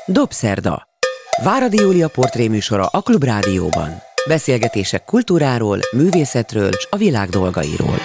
Dobszerda. Váradi Júlia portréműsora a Klubrádióban. Beszélgetések kultúráról, művészetről és a világ dolgairól.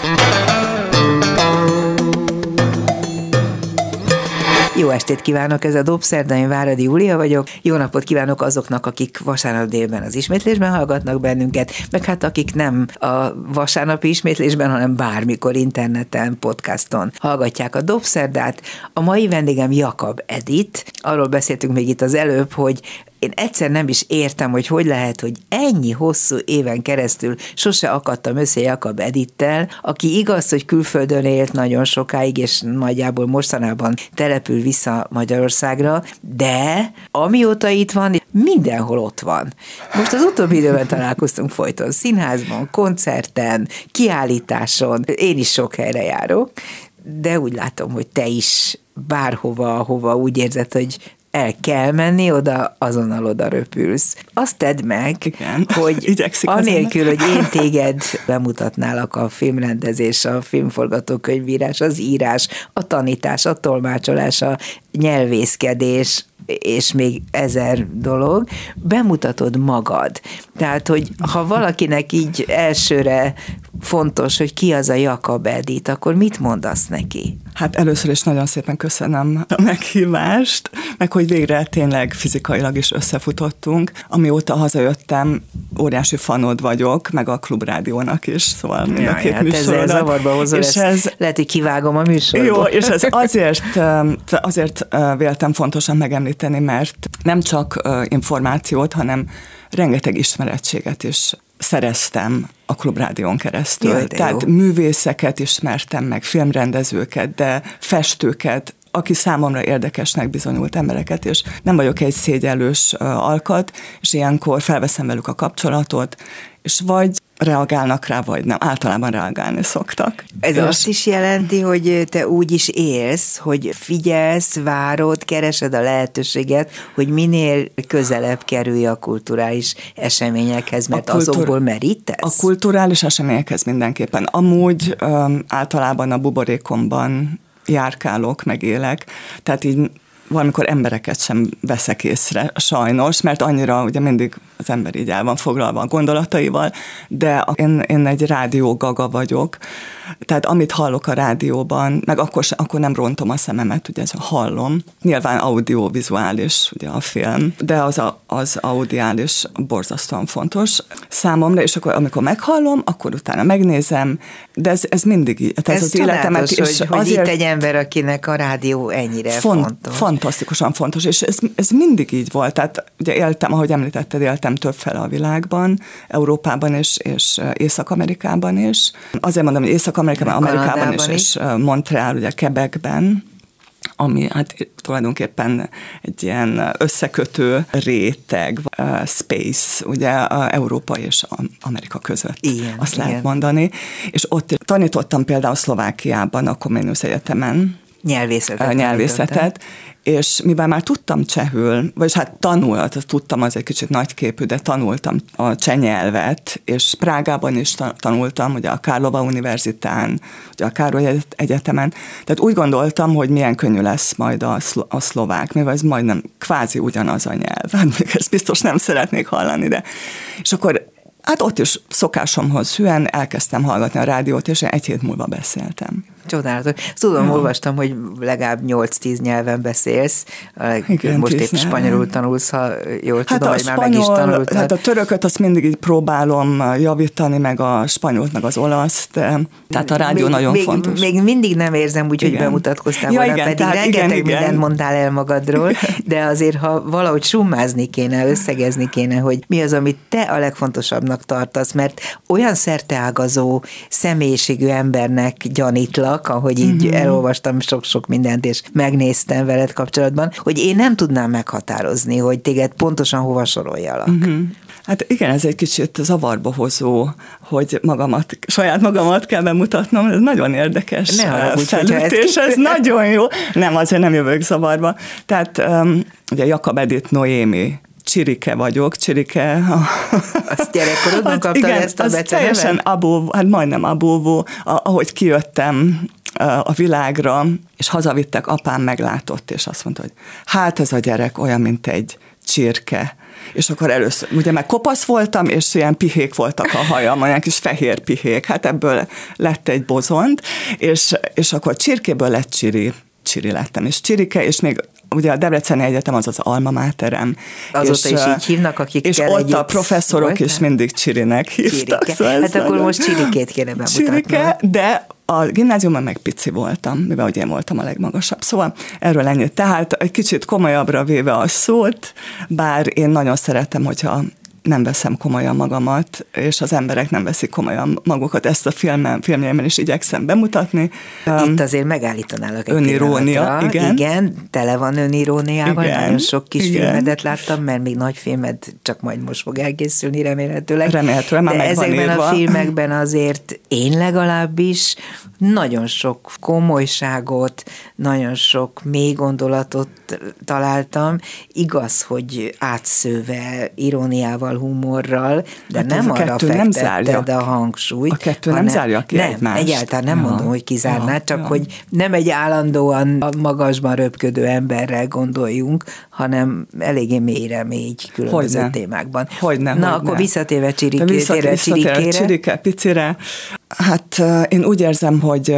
Jó estét kívánok, ez a Dobszerda, én Váradi Júlia vagyok. Jó napot kívánok azoknak, akik vasárnap délben az ismétlésben hallgatnak bennünket, meg hát akik nem a vasárnapi ismétlésben, hanem bármikor interneten, podcaston hallgatják a Dobszerdát. A mai vendégem Jakab Edit. Arról beszéltünk még itt az előbb, hogy én egyszer nem is értem, hogy lehet, hogy ennyi hosszú éven keresztül sose akadtam össze Jakab Edittel, aki igaz, hogy külföldön élt nagyon sokáig, és nagyjából mostanában települ vissza Magyarországra, de amióta itt van, mindenhol ott van. Most az utóbbi időben találkoztunk folyton színházban, koncerten, kiállításon, én is sok helyre járok, de úgy látom, hogy te is bárhova, ahova úgy érzed, hogy el kell menni, oda azonnal oda röpülsz. Azt tedd meg, igen, hogy anélkül, hogy én téged bemutatnálak, a filmrendezés, a filmforgatókönyvírás, az írás, a tanítás, a tolmácsolás, a nyelvészkedés, és még 1000 dolog, bemutatod magad. Tehát, hogy ha valakinek így elsőre fontos, hogy ki az a Jakab Edit, akkor mit mondasz neki? Hát először is nagyon szépen köszönöm a meghívást, meg hogy végre tényleg fizikailag is összefutottunk. Amióta hazajöttem, óriási fanod vagyok, meg a Klubrádiónak is, szóval mind a két műsorban. Ezzel zavarba hozol, lehet, hogy kivágom a műsorba. Jó, és ez azért véltem fontosan megemlíteni, mert nem csak információt, hanem rengeteg ismerettséget is szereztem a Klubrádión keresztül. Jaj, tehát művészeket ismertem meg, filmrendezőket, de festőket, aki számomra érdekesnek bizonyult embereket, és nem vagyok egy szégyellős alkat, és ilyenkor felveszem velük a kapcsolatot, és vagy reagálnak rá, vagy nem. Általában reagálni szoktak. Ez azt is jelenti, hogy te úgy is élsz, hogy figyelsz, várod, keresed a lehetőséget, hogy minél közelebb kerülj a kulturális eseményekhez, mert azokból merítesz? A kulturális eseményekhez mindenképpen. Amúgy általában a buborékomban járkálok, meg élek, tehát így valamikor embereket sem veszek észre, sajnos, mert annyira ugye mindig az ember így el van foglalva a gondolataival, de én egy rádiógaga vagyok, tehát amit hallok a rádióban, meg akkor nem rontom a szememet, ugye ez hallom. Nyilván audiovizuális ugye a film, de az audiális borzasztóan fontos számomra, és akkor amikor meghallom, akkor utána megnézem, de ez mindig így. Ez az életemet is. Hogy itt egy ember, akinek a rádió ennyire fontos. Fantasztikusan fontos, és ez mindig így volt. Tehát ugye éltem, ahogy említetted, éltem többfele a világban, Európában is, és Észak-Amerikában is. Azért mondom, hogy Amerikában is, és Montreal, ugye Quebecben, ami hát tulajdonképpen egy ilyen összekötő réteg, space, ugye Európa és Amerika között. Igen, azt lehet mondani. És ott tanítottam például Szlovákiában, a Comenius Egyetemen, nyelvészetet, és mivel már tudtam csehül, vagyis hát tudtam, az egy kicsit nagyképű, de tanultam a cseh nyelvet, és Prágában is tanultam, ugye a Karlova Univerzitán, ugye a Károly Egyetemen, tehát úgy gondoltam, hogy milyen könnyű lesz majd a szlovák, mivel ez majdnem kvázi ugyanaz a nyelv, hát még ezt biztos nem szeretnék hallani, de és akkor hát ott is szokásomhoz hűen elkezdtem hallgatni a rádiót, és egy hét múlva beszéltem. Csodálatos. Tudom, olvastam, hogy legalább 8-10 nyelven beszélsz. Igen, most épp spanyolul tanulsz, ha jól tudom, hogy már meg is tanultad. Hát a törököt azt mindig így próbálom javítani, meg a spanyolt, meg az olaszt. Tehát a rádió nagyon fontos. Még mindig nem érzem úgy, hogy bemutatkoztál volna, igen, pedig rengeteg mindent mondtál el magadról, de azért, ha valahogy summázni kéne, összegezni kéne, hogy mi az, amit te a legfontosabbnak tartasz, mert olyan szerteágazó személyiségű embernek gyanítlak, ahogy így elolvastam sok-sok mindent, és megnéztem veled kapcsolatban, hogy én nem tudnám meghatározni, hogy téged pontosan hova soroljalak. Hát igen, ez egy kicsit zavarba hozó, hogy saját magamat kell bemutatnom, ez nagyon érdekes felütés, ez nagyon jó. Nem, azért nem jövök zavarba. Tehát ugye Jakab Edit Noémi Csirike vagyok, Csirike. Azt gyerekkorodban kaptad ezt a becenevet? Teljesen abóvó, hát majdnem abóvó, ahogy kijöttem a világra, és hazavittek, apám meglátott, és azt mondta, hogy hát ez a gyerek olyan, mint egy csirke. És akkor először, ugye meg kopasz voltam, és ilyen pihék voltak a hajam, olyan kis fehér pihék, hát ebből lett egy bozont, és akkor csirkéből lett Csiri lettem, és Csirike, és még ugye a Debreceni Egyetem az alma máterem. Azóta is így hívnak, akikkel és ott a professzorok voltál? Is mindig Csirinek hívtak. Szóval hát akkor most Csirikét kéne bemutatni. Csirike, de a gimnáziumban meg pici voltam, mivel ugye én voltam a legmagasabb. Szóval erről ennyit. Tehát egy kicsit komolyabbra véve a szót, bár én nagyon szeretem, hogyha nem veszem komolyan magamat, és az emberek nem veszik komolyan magukat. Ezt a filmjeimben is igyekszem bemutatni. Itt azért megállítanálak egy önirónia, igen, tele van öniróniával. Igen, nagyon sok kis filmedet láttam, mert még nagy filmed csak majd most fog elkészülni remélhetőleg. Remélhetőleg már meg van írva. Ezekben a filmekben azért én legalábbis nagyon sok komolyságot, nagyon sok mély gondolatot találtam. Igaz, hogy átszőve, iróniával, humorral, de hát nem arra fektetted a hangsúlyt. A kettő nem zárja ki egymást. Nem, egyáltalán nem mondom, hogy kizárnád, csak hogy nem egy állandóan magasban röpködő emberrel gondoljunk, hanem eléggé mélyre így különböző témákban. Hogyne. Akkor visszatérve Csirikére. Csirike, picire. Hát én úgy érzem, hogy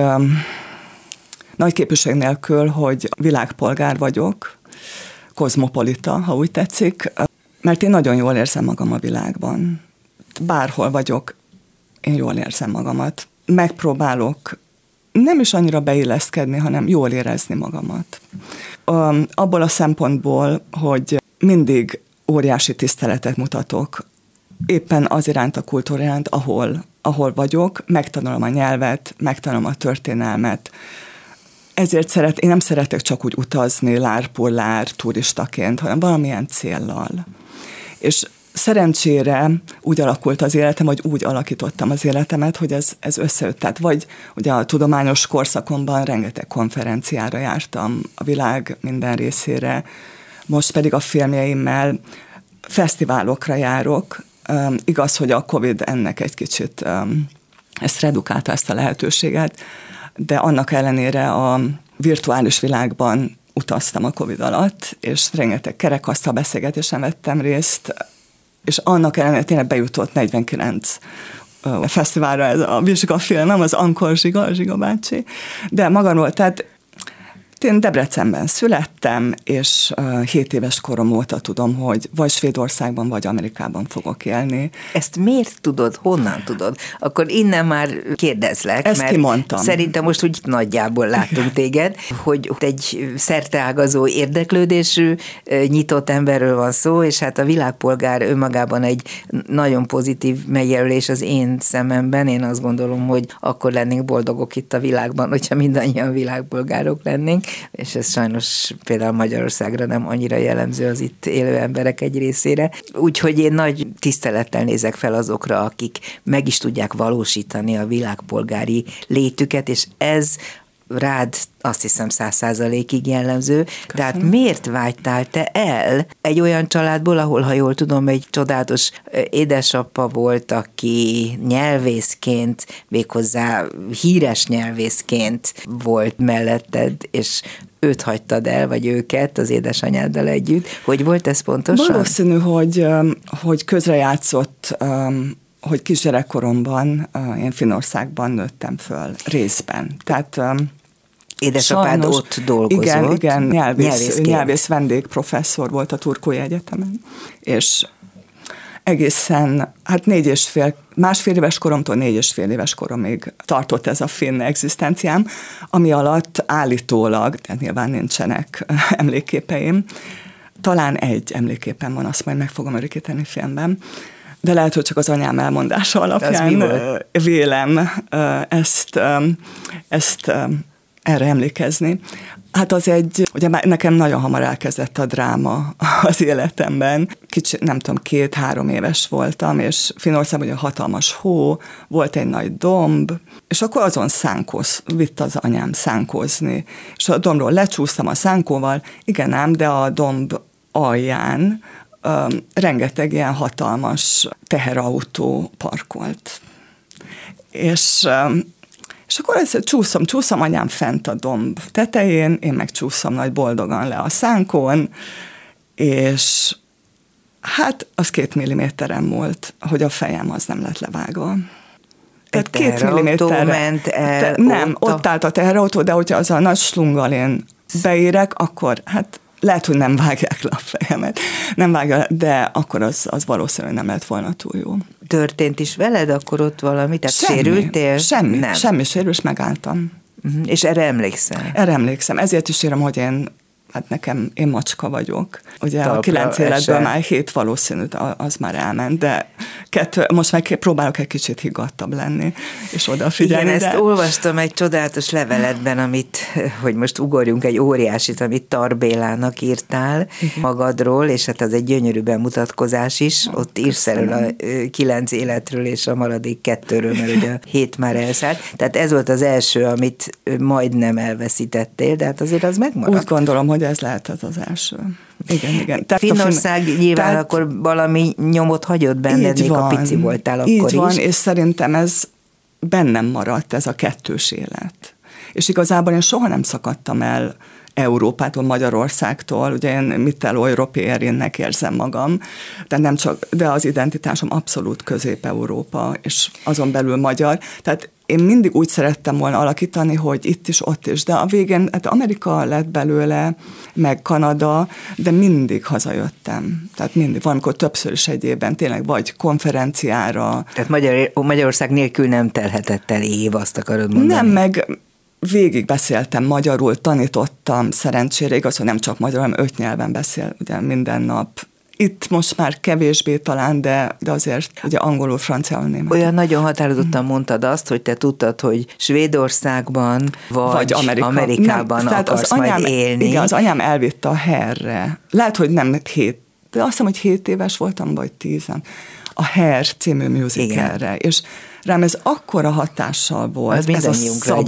nagy képűség nélkül, hogy világpolgár vagyok, kozmopolita, ha úgy tetszik, mert én nagyon jól érzem magam a világban. Bárhol vagyok, én jól érzem magamat. Megpróbálok nem is annyira beilleszkedni, hanem jól érezni magamat. Abból a szempontból, hogy mindig óriási tiszteletet mutatok, éppen az iránt a kultúra iránt, ahol vagyok, megtanulom a nyelvet, megtanulom a történelmet. Ezért én nem szeretek csak úgy utazni, lárpullár, turistaként, hanem valamilyen céllal. És szerencsére úgy alakult az életem, vagy úgy alakítottam az életemet, hogy ez összejött. Tehát vagy ugye a tudományos korszakomban rengeteg konferenciára jártam a világ minden részére, most pedig a filmjeimmel fesztiválokra járok. Igaz, hogy a Covid ennek egy kicsit ezt redukálta, ezt a lehetőséget, de annak ellenére a virtuális világban utaztam a Covid alatt, és rengeteg kerekasztal beszélgetésen vettem részt, és annak ellenére tényleg bejutott 49 fesztiválra ez a vizsgafilmem, az Ankor Zsiga bácsi, de magamról, tehát én Debrecenben születtem, és 7 éves korom óta tudom, hogy vagy Svédországban, vagy Amerikában fogok élni. Ezt miért tudod? Honnan tudod? Akkor innen már kérdezlek, ezt mert kimondtam. Szerintem most úgy nagyjából látunk téged, hogy egy szerteágazó érdeklődésű, nyitott emberről van szó, és hát a világpolgár önmagában egy nagyon pozitív megjelölés az én szememben. Én azt gondolom, hogy akkor lennénk boldogok itt a világban, hogyha mindannyian világpolgárok lennénk, és ez sajnos például Magyarországra nem annyira jellemző az itt élő emberek egy részére. Úgyhogy én nagy tisztelettel nézek fel azokra, akik meg is tudják valósítani a világpolgári létüket, és ez rád azt hiszem 100%-ig jellemző. Köszönöm. Tehát miért vágytál te el egy olyan családból, ahol, ha jól tudom, egy csodálatos édesapa volt, aki nyelvészként, méghozzá híres nyelvészként volt melletted, és őt hagytad el, vagy őket az édesanyáddal együtt. Hogy volt ez pontosan? Valószínű, hogy közrejátszott, hogy kisgyerekkoromban én Finnországban nőttem föl részben. Tehát édesapád sajnos, ott dolgozott. Igen, nyelvész vendégprofesszor volt a Turkói Egyetemen, és egészen, hát 1,5 éves koromtól 4,5 éves koromig tartott ez a finn egzisztenciám, ami alatt állítólag, tehát nyilván nincsenek emlékképeim, talán egy emlékképen van, azt majd meg fogom örökíteni filmben, de lehet, hogy csak az anyám elmondása alapján vélem ezt erre emlékezni. Hát az ugye nekem nagyon hamar elkezdett a dráma az életemben. Kicsit, nem tudom, 2-3 éves voltam, és Finnországban ugye hatalmas hó, volt egy nagy domb, és akkor azon vitt az anyám szánkózni. És a dombról lecsúsztam a szánkóval, igen ám, de a domb alján rengeteg ilyen hatalmas teherautó parkolt. És És akkor egyszer csúszom anyám fent a domb tetején, én meg csúszom nagy boldogan le a szánkon, és hát az 2 milliméteren múlt, hogy a fejem az nem lett levágva. Tehát 2 milliméterre ment el? Nem, ott állt a teherautó, de hogyha az a nagy slunggal én beérek, akkor hát lehet, hogy nem vágják le a fejemet, nem vágja, de akkor az valószínűleg nem lett volna túl jó. Történt is veled akkor ott valami? Tehát sérültél? Semmi sérülés, megálltam. És erre emlékszem? Erre emlékszem, ezért is írom, hogy én macska vagyok. Ugye a 9 életből már 7 valószínű, az már elment, de 2, most meg próbálok egy kicsit higgadtabb lenni, és odafigyelni. Igen, ezt olvastam egy csodálatos leveletben, hogy most ugorjunk egy óriásit, amit Tar Bélának írtál magadról, és hát az egy gyönyörű bemutatkozás is, ott írsz erről a 9 életről, és a maradék 2-ről, mert ugye a 7 már elszállt. Tehát ez volt az első, amit majdnem elveszítettél, de hát azért az megmaradt. Úgy gondolom, hogy ez lehet az első. Igen. Finnország nyilván akkor valami nyomot hagyott benned, még a pici voltál akkor is. Így van, és szerintem ez bennem maradt, ez a 2-s élet. És igazából én soha nem szakadtam el Európától, Magyarországtól, ugye én mittel-európérinnek érzem magam, de az identitásom abszolút Közép-Európa, és azon belül magyar. Tehát én mindig úgy szerettem volna alakítani, hogy itt is, ott is, de a végén hát Amerika lett belőle, meg Kanada, de mindig hazajöttem. Tehát mindig, valamikor többször is egy évben, tényleg vagy konferenciára. Tehát Magyarország nélkül nem telhetett el év, azt akarod mondani? Nem, meg végig beszéltem magyarul, tanítottam, szerencsére, igaz, hogy nem csak magyarul, hanem 5 nyelven beszél ugye minden nap. Itt most már kevésbé talán, de azért ugye angolul, franciául, németül. Olyan nagyon határozottan mondtad azt, hogy te tudtad, hogy Svédországban vagy Amerikában nem, akarsz majd élni. Igen, az anyám elvitte a Hair-re. Lehet, hogy nem 7, de azt hiszem, hogy 7 éves voltam, vagy 10. A Hair című musicalre. És rám ez akkora hatással volt, ez a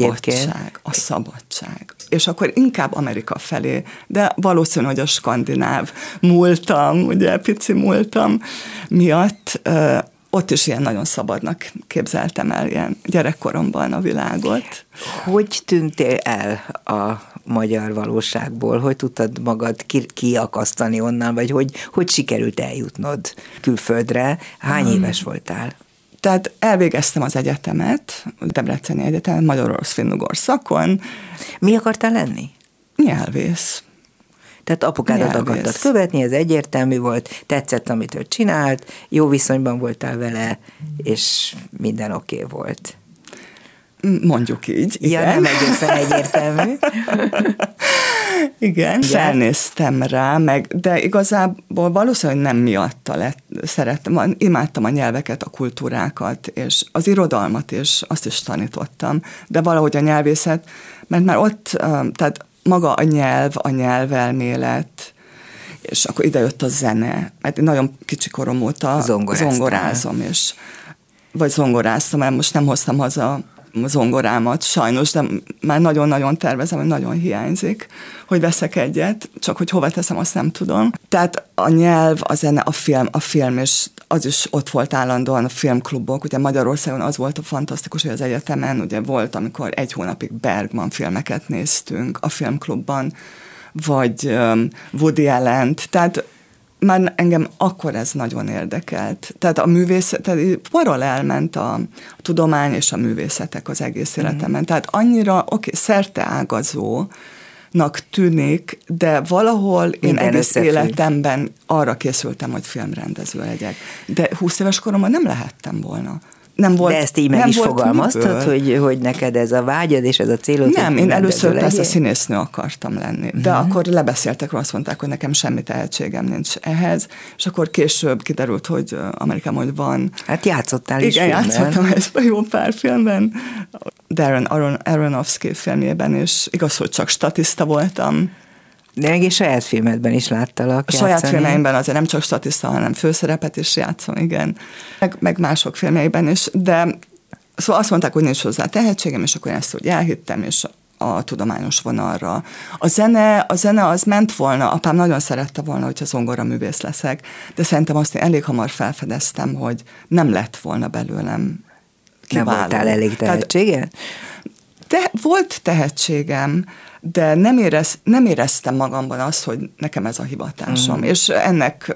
szabadság. És akkor inkább Amerika felé, de valószínű, hogy a skandináv múltam, ugye pici múltam miatt, ott is ilyen nagyon szabadnak képzeltem el ilyen gyerekkoromban a világot. Hogy tűntél el a magyar valóságból? Hogy tudtad magad kiakasztani onnan, vagy hogy sikerült eljutnod külföldre? Hány éves voltál? Tehát elvégeztem az egyetemet, a Debreceni Egyetemet, magyar-orosz-finn-ugor szakon. Mi akartál lenni? Nyelvész. Tehát apukádat akartad követni, ez egyértelmű volt, tetszett, amit ő csinált, jó viszonyban voltál vele, és minden oké volt. Mondjuk így, igen. Ja, nem egészen egyértelmű. Igen, felnéztem rá, de igazából valószínűleg nem miatta szerettem. Imádtam a nyelveket, a kultúrákat, és az irodalmat is, azt is tanítottam, de valahogy a nyelvészet, mert már ott, tehát maga a nyelvelmélet, és akkor idejött a zene, mert nagyon kicsi korom óta zongorázom, vagy zongoráztam, mert most nem hoztam haza zongorámat, sajnos, de már nagyon-nagyon tervezem, hogy nagyon hiányzik, hogy veszek egyet, csak hogy hova teszem, azt nem tudom. Tehát a nyelv, a zene, a film, és az is ott volt állandóan a filmklubok, ugye Magyarországon az volt a fantasztikus, hogy az egyetemen ugye volt, amikor 1 hónapig Bergman filmeket néztünk a filmklubban, vagy Woody Allent, tehát már engem akkor ez nagyon érdekelt. Tehát a művészet, tehát paralel ment a tudomány és a művészetek az egész életemben. Tehát annyira, szerteágazónak tűnik, de valahol én egész életemben arra készültem, hogy filmrendező legyek. De 20 éves koromban nem lehettem volna. Nem volt, de ezt így meg is fogalmaztad, hogy neked ez a vágyad és ez a célod? Nem, én először persze színésznő akartam lenni, de akkor lebeszéltek, azt mondták, hogy nekem semmi tehetségem nincs ehhez, és akkor később kiderült, hogy Amerikában hogy van. Hát játszottál is filmben. Igen, játszottam egy jó pár filmben, Darren Aronofsky filmjében, és igaz, hogy csak statiszta voltam. De meg és saját filmedben is láttalak játszani. Saját filmeimben azért nem csak statiszta, hanem főszerepet is játszom, igen. Meg mások filmjeiben is, de szóval azt mondták, hogy nincs hozzá tehetségem, és akkor én ezt úgy elhittem, és a tudományos vonalra. A zene az ment volna, apám nagyon szerette volna, hogyha zongoraművész leszek, de szerintem azt én elég hamar felfedeztem, hogy nem lett volna belőlem kiváló. Nem voltál elég tehetsége? volt tehetségem, de nem éreztem magamban azt, hogy nekem ez a hivatásom. És ennek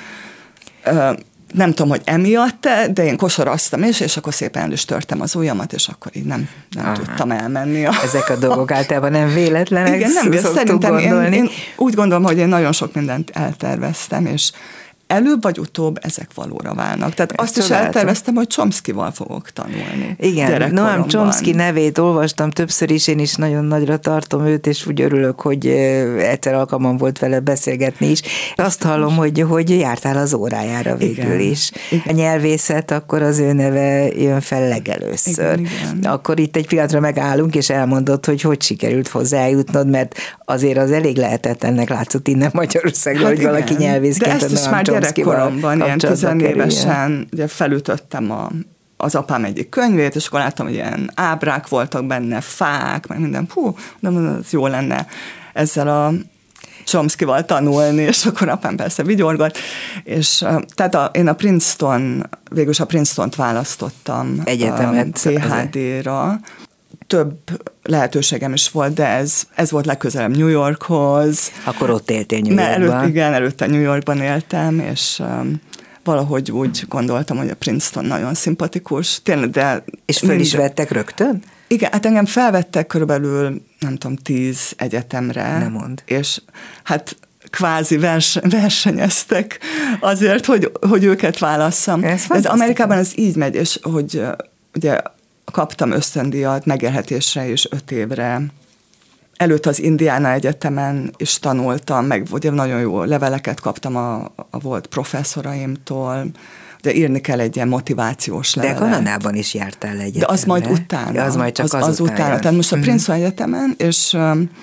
nem tudom, hogy emiatt, de én kosaraztam és akkor szépen el is törtem az ujjamat, és akkor így nem tudtam elmenni. Ezek a dolgok általában nem véletlenek. Igen, nem véletlen. Szerintem én úgy gondolom, hogy én nagyon sok mindent elterveztem, és előbb vagy utóbb ezek valóra válnak. Tehát azt is elterveztem, hogy Chomskyval fogok tanulni. Igen, Noam Chomsky nevét olvastam többször is, én is nagyon nagyra tartom őt, és úgy örülök, hogy egyszer alkalmam volt vele beszélgetni is. Azt hallom, hogy jártál az órájára végül is. Igen. A nyelvészet, akkor az ő neve jön fel legelőször. Igen. Akkor itt egy pillanatra megállunk, és elmondod, hogy sikerült hozzájutnod, mert azért az elég lehetetlennek látszott innen Magyarországon, hogy valaki nyelvészként a Noam gyerekkoromban, ilyen 10 évesen ugye felütöttem az apám egyik könyvét, és akkor láttam, hogy ilyen ábrák voltak benne, fák, meg minden, nem, ez jó lenne ezzel a Chomskyval tanulni, és akkor apám persze vigyorgott, és tehát én végülis a Princetont választottam egyetemet PhD-ra. Több lehetőségem is volt, de ez volt legközelebb New Yorkhoz. Akkor ott éltél New Yorkban? Előtte New Yorkban éltem, és valahogy úgy gondoltam, hogy a Princeton nagyon szimpatikus. Tényleg, de... És föl is vettek rögtön? Igen, hát engem felvettek körülbelül, nem tudom, 10 egyetemre. Nem mondd. És hát kvázi versenyeztek azért, hogy őket válasszam. Ez Amerikában ez így megy, és hogy ugye kaptam ösztöndíjat megélhetésre is 5 évre. Előtt az Indiana Egyetemen is tanultam, meg ugye nagyon jó leveleket kaptam a volt professzoraimtól. Ugye írni kell egy ilyen motivációs levelet. De Kanadában is jártál egyetemre. De az majd utána. Ja, az majd csak azután. Tehát most a Princeton Egyetemen, és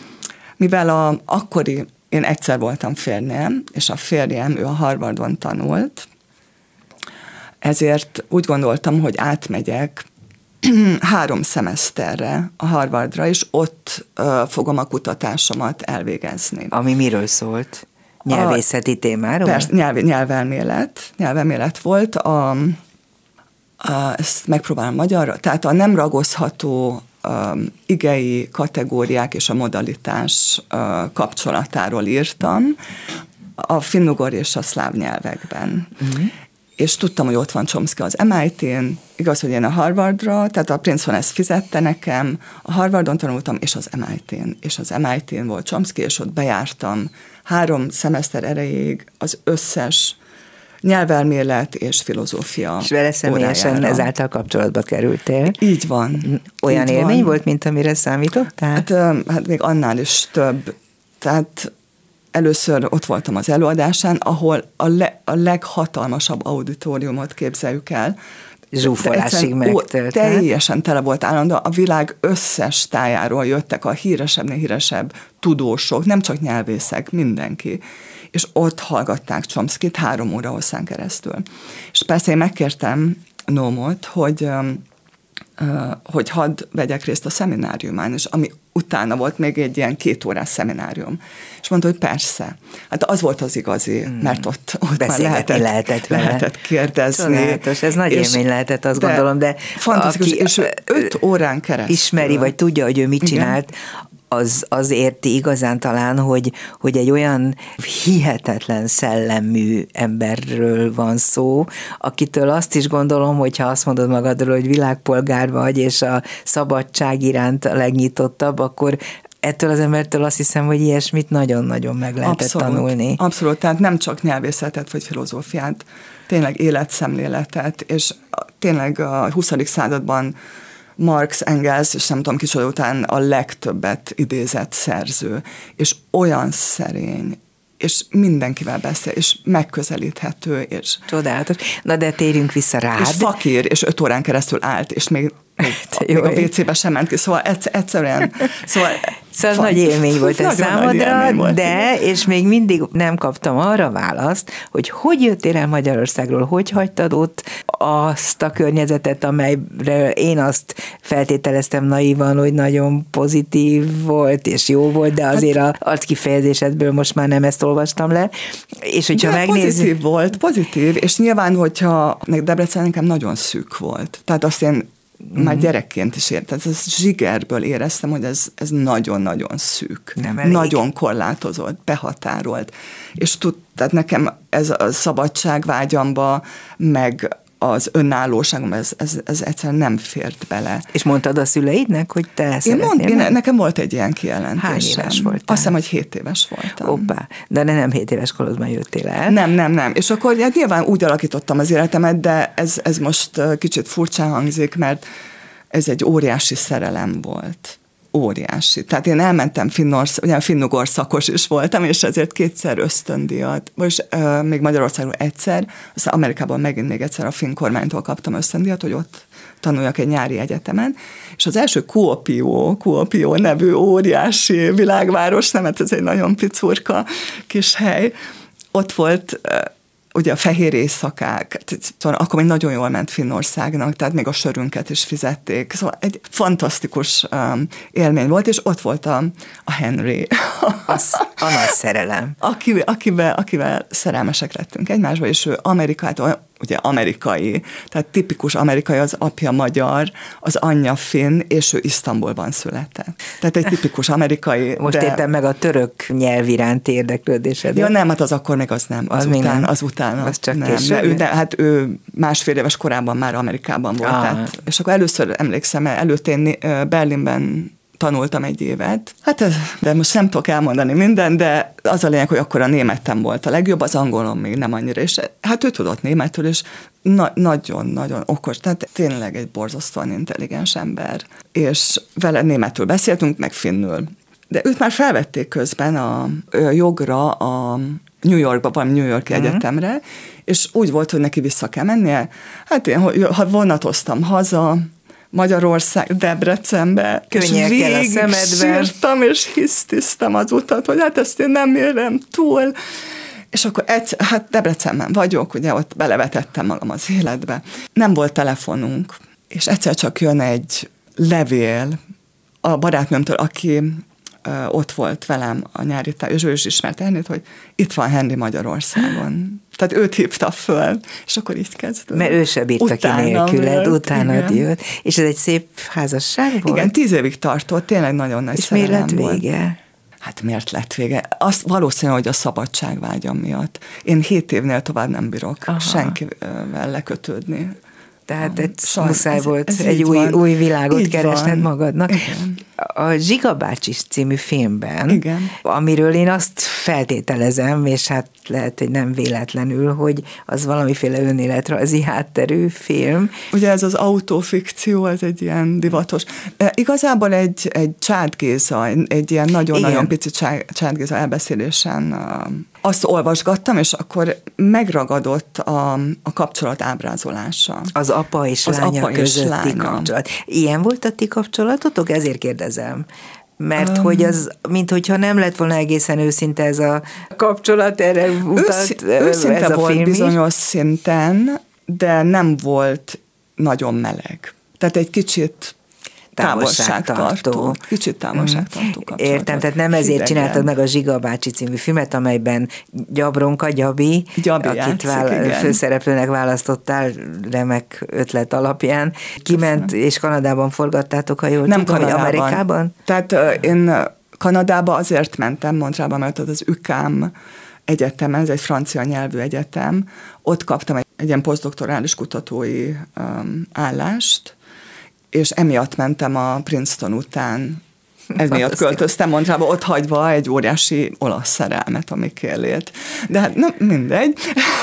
mivel én egyszer voltam férjem, és a férjem, ő a Harvardon tanult, ezért úgy gondoltam, hogy átmegyek 3 szemeszterre a Harvardra, és ott fogom a kutatásomat elvégezni. Ami miről szólt? Nyelvészeti témáról? Persze, nyelvelmélet volt. Ezt megpróbálom magyarra. Tehát a nem ragozható igei kategóriák és a modalitás kapcsolatáról írtam a finnugor és a szláv nyelvekben. Uh-huh. És tudtam, hogy ott van Chomsky az MIT-n, igaz, hogy én a Harvardra, tehát a Princeton ezt fizette nekem, a Harvardon tanultam, és az MIT-n. És az MIT-n volt Chomsky, és ott bejártam 3 szemeszter erejéig az összes nyelvelmélet és filozófia és vele személyesen ezáltal kapcsolatba kerültél. Így van. Olyan így élmény volt, mint amire számítottál? Hát még annál is több. Tehát először ott voltam az előadásán, ahol a leghatalmasabb auditoriumot képzeljük el. Zsúfolásig megtölt. Teljesen tele volt állandó. A világ összes tájáról jöttek a híresebbnél híresebb tudósok, nem csak nyelvészek, mindenki. És ott hallgatták Chomskyt 3 óra hosszán keresztül. És persze én megkértem Noamot, hogy hadd vegyek részt a szemináriumán, és ami utána volt még egy ilyen 2 órás szeminárium. És mondta, hogy persze. Hát az volt az igazi, mert ott már lehetett kérdezni. Csodálatos, ez nagy élmény lehetett, azt gondolom, de fantasztikus, és 5 órán keresztül ismeri, vagy tudja, hogy ő mit csinált, az érti igazán talán, hogy egy olyan hihetetlen szellemű emberről van szó, akitől azt is gondolom, hogyha azt mondod magadról, hogy világpolgár vagy, és a szabadság iránt a legnyitottabb, akkor ettől az embertől azt hiszem, hogy ilyesmit nagyon-nagyon meg lehetett tanulni. Abszolút, tehát nem csak nyelvészetet vagy filozófiát, tényleg életszemléletet, és tényleg a 20. században Marx, Engels, és nem tudom kicsoda után a legtöbbet idézett szerző, és olyan szerény, és mindenkivel beszél, és megközelíthető, és... Csodálatos. Na de térjünk vissza rád. És fakír, és 5 órán keresztül állt, és még a WC-be sem ment ki, szóval egyszerűen... Szóval nagy élmény volt ez számodra, de, és még mindig nem kaptam arra választ, hogy jöttél el Magyarországról, hogy hagytad ott azt a környezetet, amelyre én azt feltételeztem naívan, hogy nagyon pozitív volt, és jó volt, de azért az arckifejezésedből most már nem ezt olvastam le. És hogyha megnézzük... pozitív, és nyilván, hogyha Debrecen nekem nagyon szűk volt. Tehát azt én már gyerekként is értem. Ez zsigerből éreztem, hogy ez nagyon-nagyon szűk. Nagyon korlátozott, behatárolt. És tehát nekem ez a szabadságvágyamba, meg az önállóságom, ez egyszerűen nem fért bele. És mondtad a szüleidnek, hogy te szeretnél? Nekem volt egy ilyen kijelentésem. Hány éves voltál? Azt hiszem, hogy 7 éves voltam. Hoppá, de nem 7 éves korodban jöttél el. Nem. És akkor hát nyilván úgy alakítottam az életemet, de ez most kicsit furcsán hangzik, mert ez egy óriási szerelem volt. Óriási. Tehát én elmentem ugye finnugor szakos is voltam, és ezért 2-szer ösztöndíjat, vagyis még Magyarországon egyszer, aztán Amerikában megint még egyszer a finn kormánytól kaptam ösztöndíjat, hogy ott tanuljak egy nyári egyetemen, és az első Kuopio nevű óriási világváros, nem, ez egy nagyon picurka kis hely, ott volt ugye a fehér éjszakák, akkor még nagyon jól ment Finnországnak, tehát még a sörünket is fizették. Szóval egy fantasztikus élmény volt, és ott volt a Henry. A nagy szerelem. Akivel szerelmesek lettünk egymásba, és ő Amerikától, ugye amerikai, tehát tipikus amerikai, az apja magyar, az anyja finn, és ő Isztambulban született. Tehát egy tipikus amerikai. Most értem meg a török nyelv iránti érdeklődésed. Ja nem, hát az akkor még az nem. Azután. Az csak később. Hát ő 1,5 éves korában már Amerikában volt. Tehát, és akkor először emlékszem, előtte én Berlinben tanultam egy évet. De most nem tudok elmondani mindent, de az a lényeg, hogy akkor a németem volt a legjobb, az angolom még nem annyira, és hát ő tudott németül, és nagyon-nagyon okos, tehát tényleg egy borzasztóan intelligens ember, és vele németül beszéltünk, meg finnül. De őt már felvették közben a jogra a New York egyetemre, és úgy volt, hogy neki vissza kell mennie. Hát én, ha vonatoztam haza, Magyarország, Debrecenbe, könnyekkel a szemedben. Sírtam, és hisztisztem az utat, hogy hát ezt én nem érem túl. És akkor Debrecenben vagyok, ugye ott belevetettem magam az életbe. Nem volt telefonunk, és egyszer csak jön egy levél a barátnőmtől, aki ott volt velem a nyári és ő is ismert Henryt, hogy itt van Henry Magyarországon. Tehát őt hívta föl, és akkor így kezdődött. Mert ő se bírta ki nélküled, utánad jött. És ez egy szép házasság volt? Igen, 10 évig tartott, tényleg nagyon nagy szerelem volt. És miért lett vége? Hát miért lett vége? Azt valószínű, hogy a szabadságvágyam miatt. Én 7 évnél tovább nem bírok senkivel lekötődni. Tehát muszáj volt egy új világot keresned magadnak. Igen. A Zsiga bácsi című filmben, amiről én azt feltételezem, és hát lehet, hogy nem véletlenül, hogy az valamiféle önéletrajzi hátterű film. Ugye ez az autofikció, ez egy ilyen divatos. Igazából egy Csád Géza, egy ilyen nagyon-nagyon pici Csád Géza elbeszélésen azt olvasgattam, és akkor megragadott a kapcsolat ábrázolása. Az apa és lánya közötti kapcsolat. Ilyen volt a ti kapcsolatotok? Ezért kérdezem. Mert hogy az, minthogyha nem lett volna egészen őszinte ez a kapcsolat, erre utalt őszinte ez a volt film bizonyos szinten, de nem volt nagyon meleg. Tehát egy kicsit távolságtartó. Kicsit távolságtartó kapcsolat. Értem, tehát nem ezért csináltad meg a Zsiga bácsi című filmet, amelyben Gyabi akit főszereplőnek választottál remek ötlet alapján. Kiment és Kanadában forgattátok, ha jól nem tudom, Kanadában. Vagy Amerikában? Tehát én Kanadába azért mentem, Montrealba, mert az UQAM egyetemen, ez egy francia nyelvű egyetem, ott kaptam egy ilyen posztdoktorális kutatói állást, és emiatt mentem a Princeton után, ez miatt költöztem Montrealba, ott hagyva egy óriási olasz szerelmet, ami Kellét. De hát nem, mindegy.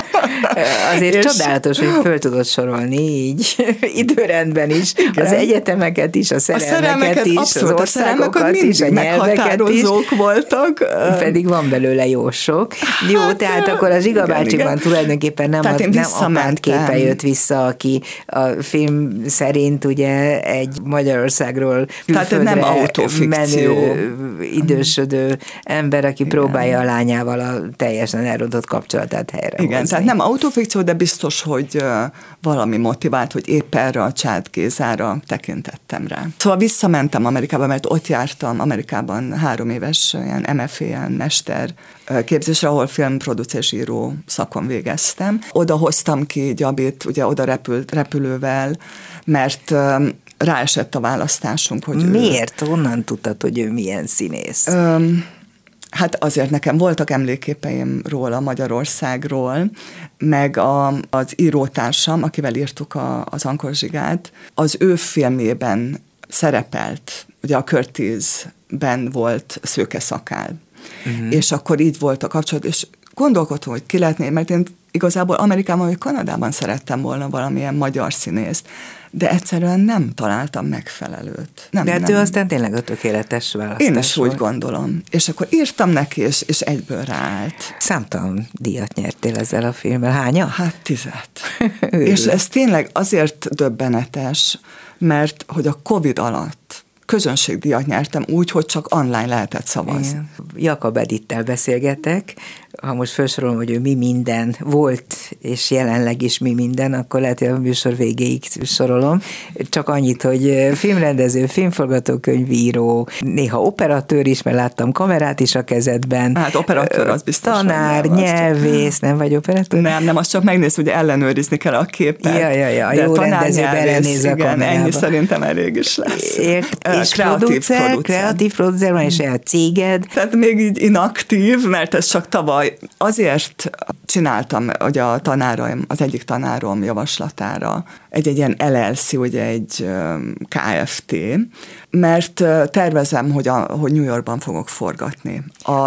Azért csodálatos, hogy föl tudod sorolni így időrendben is, igen. Az egyetemeket is, a szerelmeket is, abszolút, az országokat is, a nyelveket is. voltak. Pedig van belőle jó sok. Jó, hát, tehát akkor a Zsiga bácsiban tulajdonképpen nem apánt képe jött vissza, aki a film szerint ugye egy Magyarországról külföldre menő, idősödő ember, aki próbálja a lányával a teljesen elrontott kapcsolatát helyrehozni. Igen, tehát nem autofikció, de biztos, hogy valami motivált, hogy épp erre a Csád Gézára tekintettem rá. Szóval visszamentem Amerikába, mert ott jártam Amerikában 3 éves ilyen MFA, ilyen mester képzésre, ahol filmproducer és író szakon végeztem. Oda hoztam ki Gyabit, ugye oda repülővel, mert ráesett a választásunk. Hogy miért? Honnan tudtad, hogy ő milyen színész? Hát azért nekem voltak emléképeim róla, Magyarországról, meg az írótársam, akivel írtuk az Ankor Zsigát, az ő filmjében szerepelt, ugye a Curtisben volt Szőke Szakál. És akkor így volt a kapcsolat, és gondolkodtam, hogy ki lehetné, mert én igazából Amerikában vagy Kanadában szerettem volna valamilyen magyar színészt, de egyszerűen nem találtam megfelelőt. De hát ő aztán tényleg a tökéletes választás. Én is úgy gondolom. És akkor írtam neki, és egyből ráállt. Számtalan díjat nyertél ezzel a filmmel. Hányat? Hát 10. És ez tényleg azért döbbenetes, mert hogy a Covid alatt közönségdíjat nyertem úgy, hogy csak online lehetett szavazni. Igen. Jakab Edittel beszélgetek, ha most felsorolom, hogy ő mi minden volt, és jelenleg is mi minden, akkor lehet, hogy a műsor végéig sorolom. Csak annyit, hogy filmrendező, filmforgatókönyvíró, néha operatőr is, mert láttam kamerát is a kezedben. Hát operatőr az biztos. Tanár, nyelvész, nem vagy operatőr? Nem, azt csak megnéz, hogy ellenőrizni kell a képet. Ja, jó rendező belenéz a kamerába. Ennyi szerintem elég is lesz. És kreatív producer van, és saját céged. Tehát még így inaktív, mert ez csak tavaly azért csináltam, hogy a tanáraim, az egyik tanárom javaslatára egy ilyen LLC, ugye egy KFT, mert tervezem, hogy New Yorkban fogok forgatni.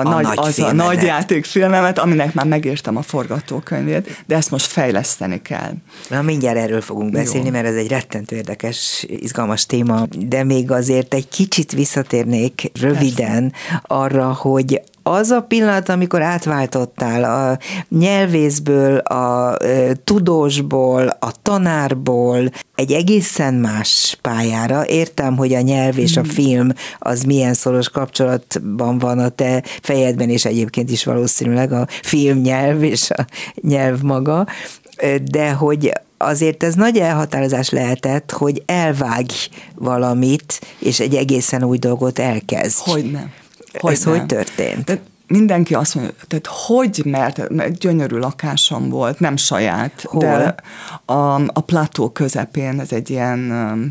A nagy játékfilmemet, aminek már megírtam a forgatókönyvét, de ezt most fejleszteni kell. Na, mindjárt erről fogunk beszélni, mert ez egy rettentő érdekes, izgalmas téma, de még azért egy kicsit visszatérnék röviden arra, hogy az a pillanat, amikor átváltottál a nyelvészből, a tudósból, a tanárból egy egészen más pályára. Értem, hogy a nyelv és a film az milyen szoros kapcsolatban van a te fejedben, és egyébként is valószínűleg a filmnyelv és a nyelv maga, de hogy azért ez nagy elhatározás lehetett, hogy elvágj valamit, és egy egészen új dolgot elkezd. Hogyne. Ez hogy történt? De mindenki azt mondja, tehát hogy, mert gyönyörű lakásom volt, nem saját, hol? De a plató közepén, ez egy ilyen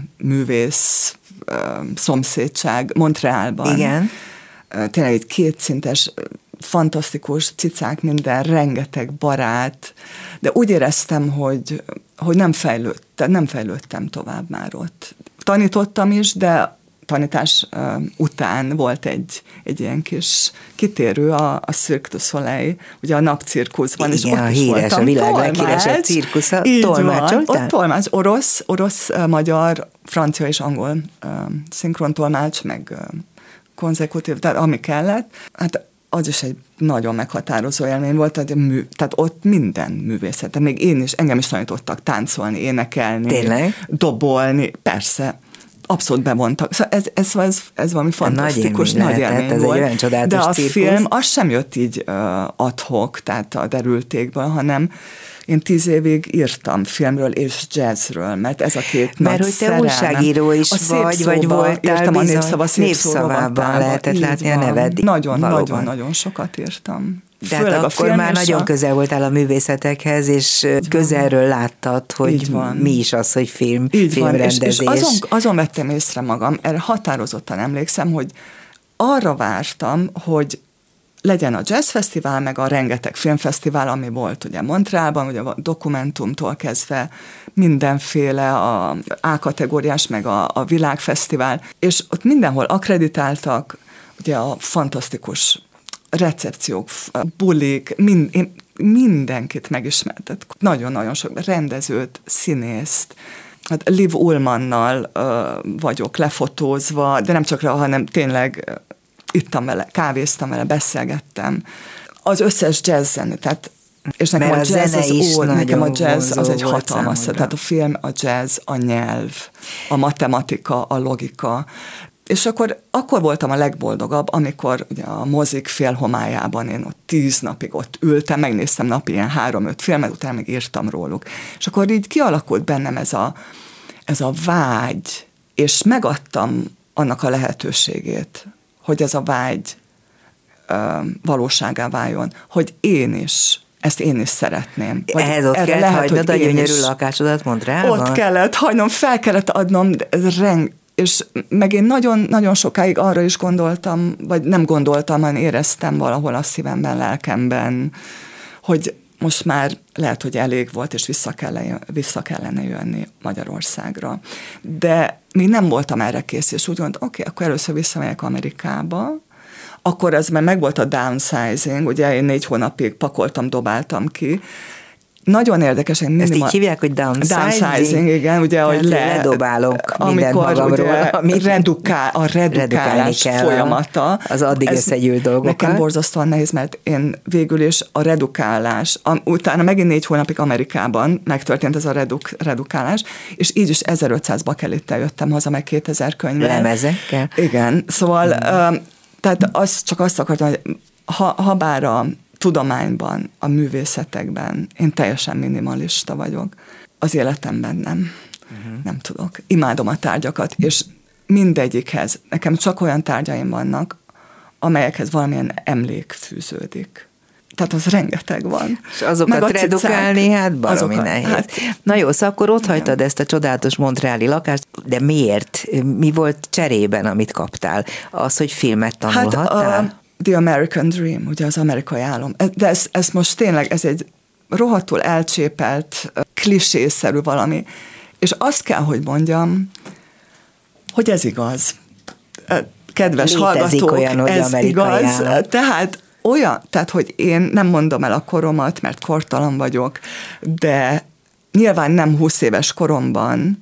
művész szomszédság Montrealban. Igen. Tényleg egy kétszintes, fantasztikus cicák, minden, rengeteg barát, de úgy éreztem, hogy nem fejlődtem tovább már ott. Tanítottam is, de tanítás után volt egy ilyen kis kitérő, a Cirque du Soleil, ugye a napcirkuszban, és ott is voltam. A világ leghíresebb cirkusza. Tolmácsoltál? Tolmács, orosz, magyar, francia és angol szinkrontolmács, meg konzekutív, tehát ami kellett. Hát az is egy nagyon meghatározó élmény volt, tehát ott minden művészet. Tehát még engem is tanítottak táncolni, énekelni, tényleg? Dobolni, persze. Abszolút bevontak. Szóval ez valami fantasztikus, nagy élmény ez volt. Egy olyan csodálatos de a cirkusz. film az sem jött így ad hoc, tehát a derültékből, hanem én 10 évig írtam filmről és jazzről, mert ez a két nagy hogy te újságíró is vagy voltál írtam bizony. A Népszava Népszavában lehetett látni a neved. Nagyon sokat írtam. Tehát akkor már nagyon közel voltál a művészetekhez, és közelről láttad, hogy mi is az, hogy filmrendezés. És azon vettem észre magam, erre határozottan emlékszem, hogy arra vártam, hogy legyen a jazzfesztivál, meg a rengeteg filmfesztivál, ami volt ugye Montrealban, ugye a dokumentumtól kezdve mindenféle, a A-kategóriás, meg a világfesztivál, és ott mindenhol akkreditáltak, ugye a fantasztikus recepciók, bulik, mindenkit megismertet. Nagyon-nagyon sok rendezőt, színészt. Hát Liv Ullmannnal vagyok lefotózva, de nem csak rá, hanem tényleg ittam vele, kávéztam vele, beszélgettem. Az összes jazz zene, tehát és nekem mert a jazz nekem a jazz az egy hatalmas, tehát a film, a jazz, a nyelv, a matematika, a logika. És akkor voltam a legboldogabb, amikor ugye a mozik félhomályában én ott 10 napig ott ültem, megnéztem napi ilyen 3-5 filmet, utána meg írtam róluk. És akkor így kialakult bennem ez a vágy, és megadtam annak a lehetőségét, hogy ez a vágy valóságá váljon, hogy én is ezt én is szeretném. Ehhez ott kellett hagynod a gyönyörű lakásodat Montrealban? Ott kellett hagynom, fel kellett adnom, és meg én nagyon sokáig arra is gondoltam, vagy nem gondoltam, hanem éreztem valahol a szívemben, lelkemben, hogy most már lehet, hogy elég volt, és vissza kellene jönni Magyarországra. De még nem voltam erre kész, és úgy gondoltam, oké, akkor először visszamegyek Amerikába, akkor ez már megvolt a downsizing, ugye én 4 hónapig pakoltam, dobáltam ki. Nagyon érdekes. Ezt így hívják, hogy downsizing? Igen, ugye, hogy ledobálok mindent magamról. A redukálás folyamata. Az addig összegyűlt dolgokat. Nekem borzasztóan nehéz, mert én végül is a redukálás, utána megint 4 hónapig Amerikában megtörtént ez a redukálás, és így is 1500 bakelittel jöttem haza, meg 2000 könyvvel. Lemezekkel? Igen, szóval tehát csak azt akartam, hogy ha bár a tudományban, a művészetekben én teljesen minimalista vagyok, az életemben nem tudok. Imádom a tárgyakat, és mindegyikhez, nekem csak olyan tárgyaim vannak, amelyekhez valamilyen emlék fűződik. Tehát az rengeteg van. És azokat redukálni, hát baromi nehéz. Hát, na jó, szóval akkor ott hagytad ezt a csodálatos montreali lakást, de miért? Mi volt cserében, amit kaptál? Az, hogy filmet tanulhattál? Hát The American Dream, ugye az amerikai álom. De ez most tényleg, ez egy rohadtul elcsépelt, klisészerű valami. És azt kell, hogy mondjam, hogy ez igaz. Kedves létezik hallgatók, olyan, ez igaz. Tehát, hogy én nem mondom el a koromat, mert kortalan vagyok, de nyilván nem 20 éves koromban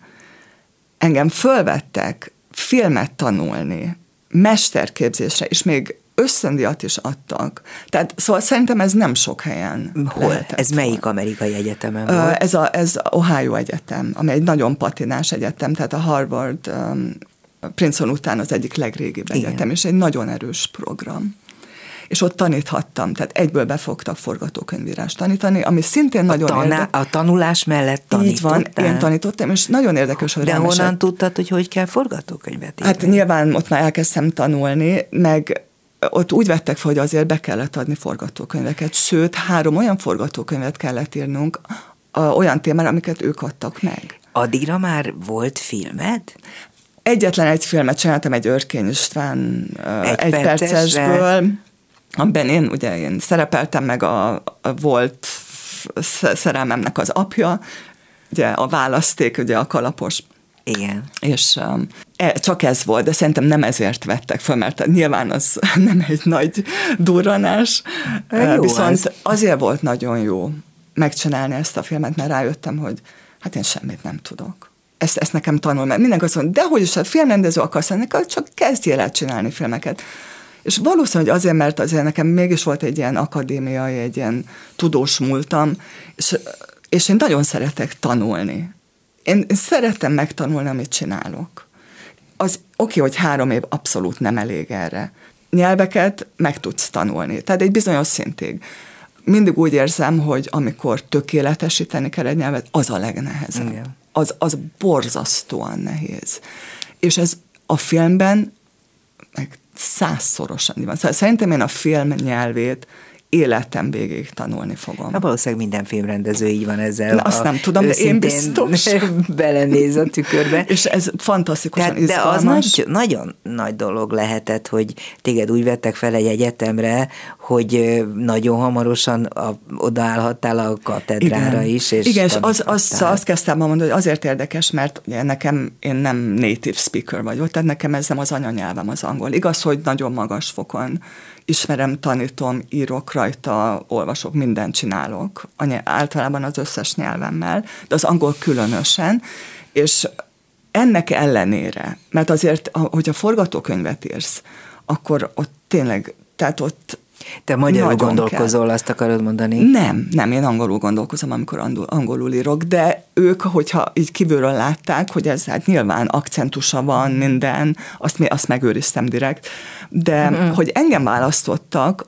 engem fölvettek filmet tanulni, mesterképzésre, és még ösztöndíjat is adtak. Tehát szóval szerintem ez nem sok helyen. Hol? Ez melyik amerikai egyetemen volt? Ez Ohio Egyetem, ami egy nagyon patinás egyetem, tehát a Harvard, Princeton után az egyik legrégibb egyetem, és egy nagyon erős program. És ott taníthattam, tehát egyből befogtak forgatókönyvírást tanítani, ami szintén nagyon érdekes. A tanulás mellett tanítottál? Így van, én tanítottam, és nagyon érdekes, hogy de honnan tudtad, hogy kell forgatókönyvet írni? Hát nyilván ott már elkezdtem tanulni, meg ott úgy vettek fel, hogy azért be kellett adni forgatókönyveket, sőt, 3 olyan forgatókönyvet kellett írnunk olyan témára, amiket ők adtak meg. Addigra már volt filmed? Egyetlen egy filmet csináltam, egy Örkény István egy percesből, amiben én szerepeltem, meg a volt szerelmemnek az apja, ugye a választék, ugye a kalapos. Igen. És csak ez volt, de szerintem nem ezért vettek fel, mert nyilván az nem egy nagy durranás. Jó, viszont azért volt nagyon jó megcsinálni ezt a filmet, mert rájöttem, hogy hát én semmit nem tudok. Ezt nekem tanul, mert mindenki azt mondja, dehogy is, hát filmrendező akarsz lenni, csak kezdjél el csinálni filmeket. És valószínűleg azért, mert azért nekem mégis volt egy ilyen akadémiai, egy ilyen tudós múltam, és én nagyon szeretek tanulni. Én szeretem megtanulni, amit csinálok. Az oké, hogy 3 év abszolút nem elég erre. Nyelveket meg tudsz tanulni. Tehát egy bizonyos szintig. Mindig úgy érzem, hogy amikor tökéletesíteni kell egy nyelvet, az a legnehezebb. Igen. Az borzasztóan nehéz. És ez a filmben meg 100-szorosan van. Szóval szerintem én a film nyelvét életem végig tanulni fogom. Na, valószínűleg minden filmrendező így van ezzel. Na, azt nem tudom, de én biztos. Belenéz a tükörbe. És ez fantasztikusan izgalmas. De az nagyon nagy dolog lehetett, hogy téged úgy vettek fel egy egyetemre, hogy nagyon hamarosan odaállhattál a katedrára is. És igen, és azt kezdtem mondani, hogy azért érdekes, mert ugye én nem native speaker vagyok, tehát nekem ez nem az anyanyelvem az angol. Igaz, hogy nagyon magas fokon ismerem, tanítom, írok rajta, olvasok, mindent csinálok, általában az összes nyelvemmel, de az angol különösen, és ennek ellenére, mert azért, hogyha forgatókönyvet írsz, akkor ott tényleg, tehát ott te magyarul gondolkozol, kell. Azt akarod mondani? Nem, én angolul gondolkozom, amikor angolul írok, de ők, hogyha így kívülről látták, hogy ez hát nyilván akcentusa van, minden, azt megőriztem direkt, de hogy engem választottak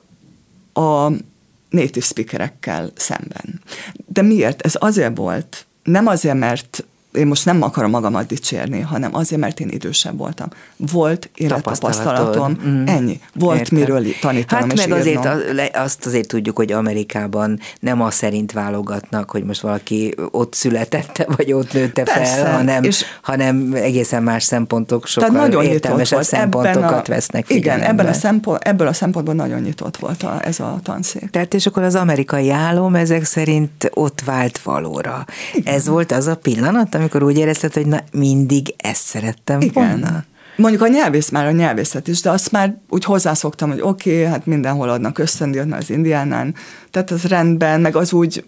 a native speakerekkel szemben. De miért? Ez azért volt, nem azért, mert én most nem akarom magamat dicsérni, hanem azért, mert én idősebb voltam. Volt élettapasztalatom, ennyi. Volt értem. Miről tanítanom hát és meg írnom. azt azért tudjuk, hogy Amerikában nem az szerint válogatnak, hogy most valaki ott születette, vagy ott nőtte fel, hanem egészen más szempontok, sokkal értelmesebb szempontokat vesznek figyelembe. Igen, ebből a szempontból nagyon nyitott volt ez a tanszék. Tehát és akkor az amerikai álom ezek szerint ott vált valóra. Igen. Ez volt az a pillanat, amikor úgy érezted, hogy na, mindig ezt szerettem volna. Mondjuk már a nyelvészet is, de azt már úgy hozzászoktam, hogy oké, hát mindenhol adnak ösztöndíjat, mert az Indiánán, tehát az rendben, meg az úgy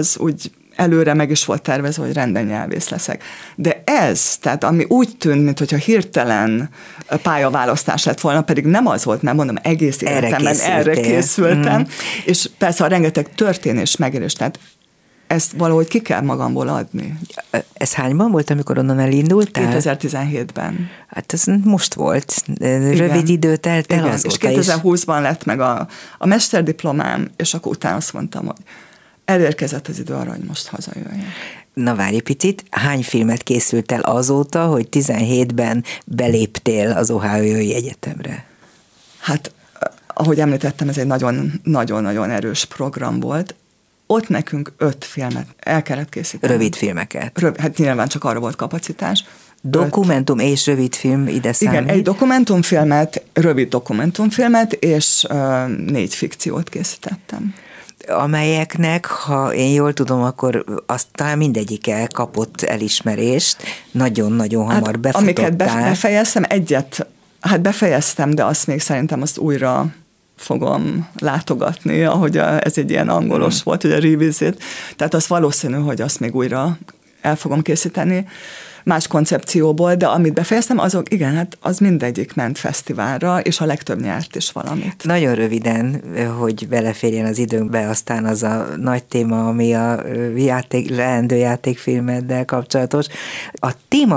előre meg is volt tervezve, hogy rendben nyelvész leszek. De tehát ami úgy tűnt, mintha hirtelen pályaválasztás lett volna, pedig nem az volt, mert mondom, egész életemben erre készültem, és persze a rengeteg történés megérés, tehát ezt valahogy ki kell magamból adni. Ez hányban volt, amikor onnan elindultál? 2017-ben. Hát ez most volt. Rövid idő telt el azóta és 2020-ban lett meg a mesterdiplomám, és akkor utána azt mondtam, hogy elérkezett az idő arra, hogy most hazajöjjek. Na várj picit, hány filmet készült el azóta, hogy 17-ben beléptél az Ohiói Egyetemre? Hát, ahogy említettem, ez egy nagyon-nagyon erős program volt. Ott nekünk 5 filmet el kellett készíteni. Rövid filmeket. Hát nyilván csak arra volt kapacitás. Dokumentum és rövidfilm ide számít? Igen, egy dokumentumfilmet, rövid dokumentumfilmet, és 4 fikciót készítettem. Amelyeknek, ha én jól tudom, akkor aztán mindegyike kapott elismerést, nagyon-nagyon hamar befutottál. Amiket befejeztem, befejeztem, de azt még szerintem azt újra fogom látogatni, ahogy ez egy ilyen angolos volt, hogy a revisit. Tehát az valószínű, hogy azt még újra el fogom készíteni más koncepcióból, de amit befejeztem, azok, igen, hát az mindegyik ment fesztiválra, és a legtöbb nyert is valamit. Nagyon röviden, hogy beleférjen az időnkbe, aztán az a nagy téma, ami a leendő játékfilmeddel kapcsolatos. A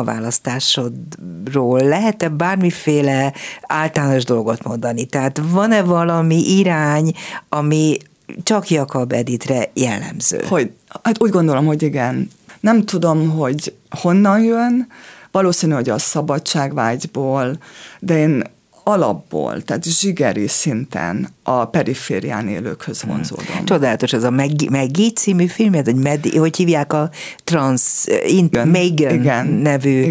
témaválasztásodról lehet-e bármiféle általános dolgot mondani? Tehát van-e valami irány, ami csak Jakab Editre jellemző? Hát úgy gondolom, hogy igen. Nem tudom, hogy honnan jön, valószínű, hogy a szabadságvágyból, de én alapból, tehát zsigeri szinten a periférián élőkhöz vonzódom. Csodálatos, az a Maggie című filmje, hogy hívják a Megan nevű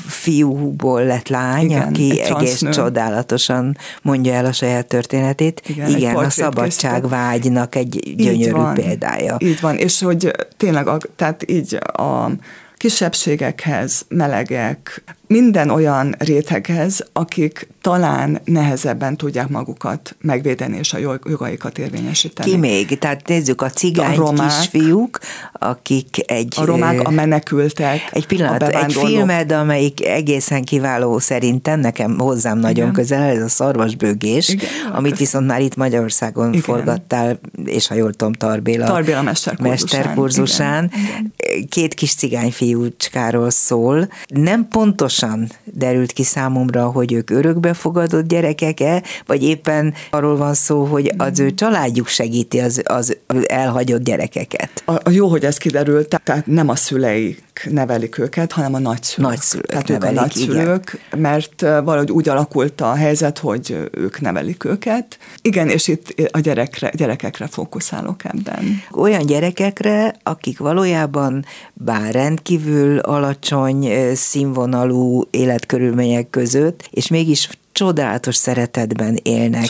fiúból lett lány, aki egész csodálatosan mondja el a saját történetét. Igen, a szabadságvágynak egy gyönyörű példája. Így van, és hogy tényleg, tehát így a kisebbségekhez, melegek, minden olyan réteghez, akik talán nehezebben tudják magukat megvédeni és a jogaikat érvényesíteni. Ki még? Tehát nézzük a cigány kisfiúk, akik a romák, a menekültek, egy pillanat, egy filmed, amelyik egészen kiváló szerintem, hozzám nagyon közel, ez a Szarvasbőgés, amit viszont már itt Magyarországon forgattál, és ha jól tudom, Tarbéla mesterkurzusán. Igen. 2 kis cigány fiúcskáról szól. Nem pontosan derült ki számomra, hogy ők örökbefogadott gyerekek-e, vagy éppen arról van szó, hogy az ő családjuk segíti az elhagyott gyerekeket. Jó, hogy ez kiderült, tehát nem a szüleik nevelik őket, hanem a nagyszülők. Tehát ők a nagyszülők, igen. Mert valahogy úgy alakult a helyzet, hogy ők nevelik őket. Igen, és itt a gyerekekre fókuszálok ebben. Olyan gyerekekre, akik valójában bár rendkívül alacsony színvonalú életkörülmények között, és mégis csodálatos szeretetben élnek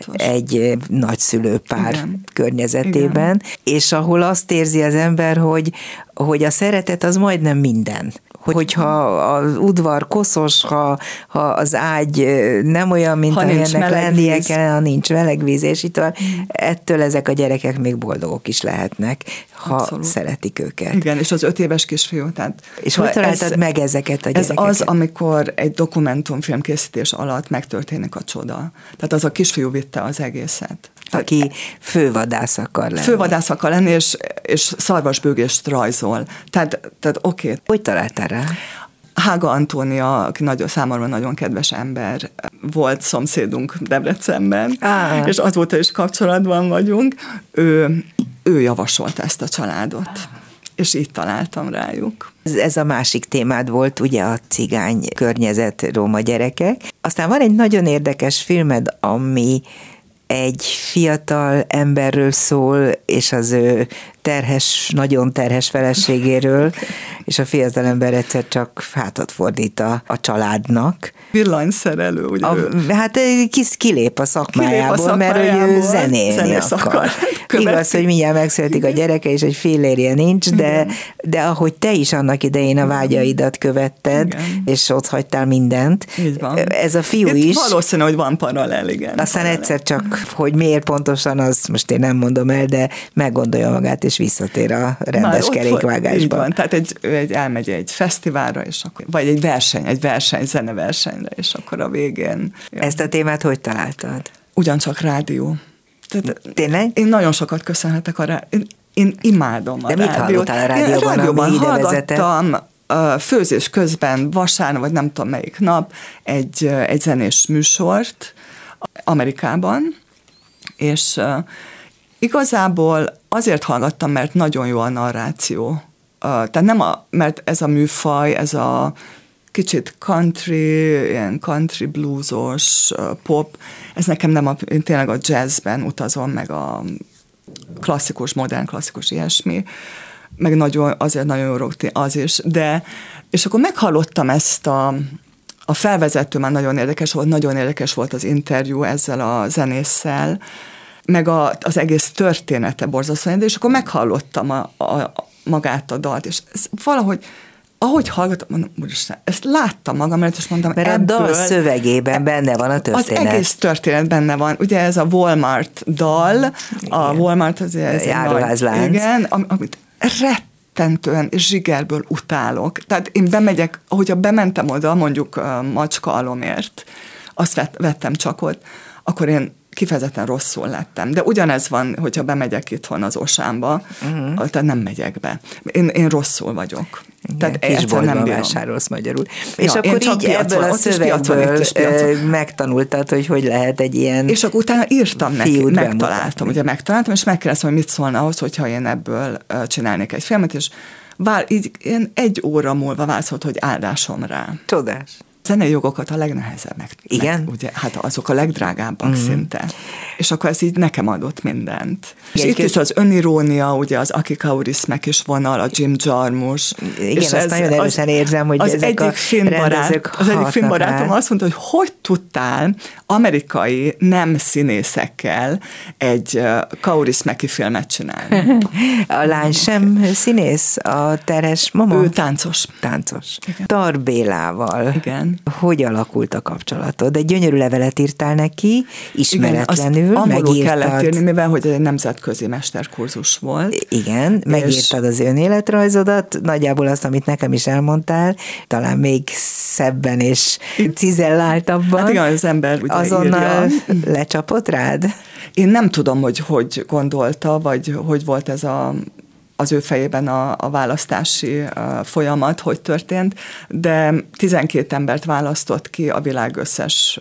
egy nagyszülőpár környezetében, és ahol azt érzi az ember, hogy a szeretet az majdnem minden. Hogyha az udvar koszos, ha az ágy nem olyan, mint amilyennek lennie kellene, ha nincs meleg víz, és itt ettől ezek a gyerekek még boldogok is lehetnek, ha szeretik őket. Igen, és az 5 éves kisfiú. És hogy találtad meg ezeket a gyerekeket? Ez az, amikor egy dokumentumfilm készítés alatt megtörténik a csoda. Tehát az a kisfiú vitte az egészet. Aki fővadász akar lenni. Fővadász akar lenni, és szarvasbőgést rajzol. Tehát oké. Hogy találtál rá? Hága Antónia, aki számomra nagyon kedves ember, volt szomszédunk Debrecenben, és azóta is kapcsolatban vagyunk. Ő javasolta ezt a családot. és így találtam rájuk. Ez a másik témád volt, ugye a cigány környezet, róma gyerekek. Aztán van egy nagyon érdekes filmed, ami egy fiatal emberről szól, és az ő nagyon terhes feleségéről, és a fiatal ember egyszer csak hátat fordít a családnak. Villanyszerelő, ugye? Hát kilép a szakmájából, mert ő zenélni akar. Igaz, hogy mindjárt megszületik a gyereke, és egy fillérje nincs, de ahogy te is annak idején a vágyaidat követted, igen, és ott hagytál mindent. Így van. Ez a fiú itt is. Valószínű, hogy van paralel, igen. Aztán egyszer csak, hogy miért pontosan, azt most én nem mondom el, de meggondolja magát, és visszatér a rendes kerékvágásba. Van, tehát elmegy egy fesztiválra, és akkor, vagy egy verseny, zeneversenyre, és akkor a végén. Ezt a témát hogy találtad? Ugyancsak rádió. Tehát tényleg? Én nagyon sokat köszönhetek a rádiót. Én imádom a rádiót. De mit hallottál a rádióban? Én rádióban hallgattam főzés közben, vasárnap, vagy nem tudom melyik nap, egy zenés műsort Amerikában, és igazából azért hallgattam, mert nagyon jó a narráció. Tehát nem mert ez a műfaj, ez a kicsit ilyen country bluesos, pop, ez nekem nem én tényleg a jazzben utazom, meg a klasszikus, modern klasszikus ilyesmi, meg azért nagyon jó rock az is, de és akkor meghallottam ezt a felvezető, már nagyon érdekes volt az interjú ezzel a zenésszel, meg az egész története borzasztóan, és akkor meghallottam magát a dalt, és ez valahogy ahogy hallgatom, mondom, úristen, ezt láttam magam, és mondtam, mert ebből, a dal szövegében benne van a történet. Az egész történet benne van. Ugye ez a Walmart dal, igen. A Walmart az egy áruházlánc. Igen, amit rettentően és zsigerből utálok. Tehát én bemegyek, ahogyha bementem oda, mondjuk macska alomért, azt vettem csak ott, akkor én kifejezetten rosszul lettem. De ugyanez van, hogyha bemegyek itthon az Osámba, tehát nem megyek be. Én rosszul vagyok. Igen, tehát kisboltban vásárolsz magyarul. És akkor így ebből a szövegből megtanultad, hogy lehet egy ilyen és akkor utána írtam neki, megtaláltam, és megkérdeztem, hogy mit szólna ahhoz, hogyha én ebből csinálnék egy filmet, és így én 1 óra múlva válaszolt, hogy áldásom rá. Csodás. Zenei jogokat a legnehezebbek. Igen? Ugye, hát azok a legdrágábbak szinte. És akkor ez így nekem adott mindent. És itt is az önirónia, ugye az Aki Kaurismäki is vonal, a Jim Jarmusch. Igen, és azt nagyon erősen érzem, hogy ezek a rendezők az egyik filmbarátom azt mondta, hogy tudtál amerikai nem színészekkel egy Kaurismäki filmet csinálni. A lány sem színész, a terhes mama? Ő táncos. Igen. Tarbélával. Igen. Hogy alakult a kapcsolatod? Egy gyönyörű levelet írtál neki, ismeretlenül, igen, megírtad. Kellett írni, mivel hogy egy nemzetközi mesterkurzus volt. Igen, megírtad az önéletrajzodat, nagyjából azt, amit nekem is elmondtál, talán még szebben és cizelláltabban. Hát igen, az ember ugye azonnal írja. Lecsapott rád? Én nem tudom, hogy gondolta, vagy hogy volt ez az ő fejében a választási folyamat, hogy történt, de 12 embert választott ki a világ összes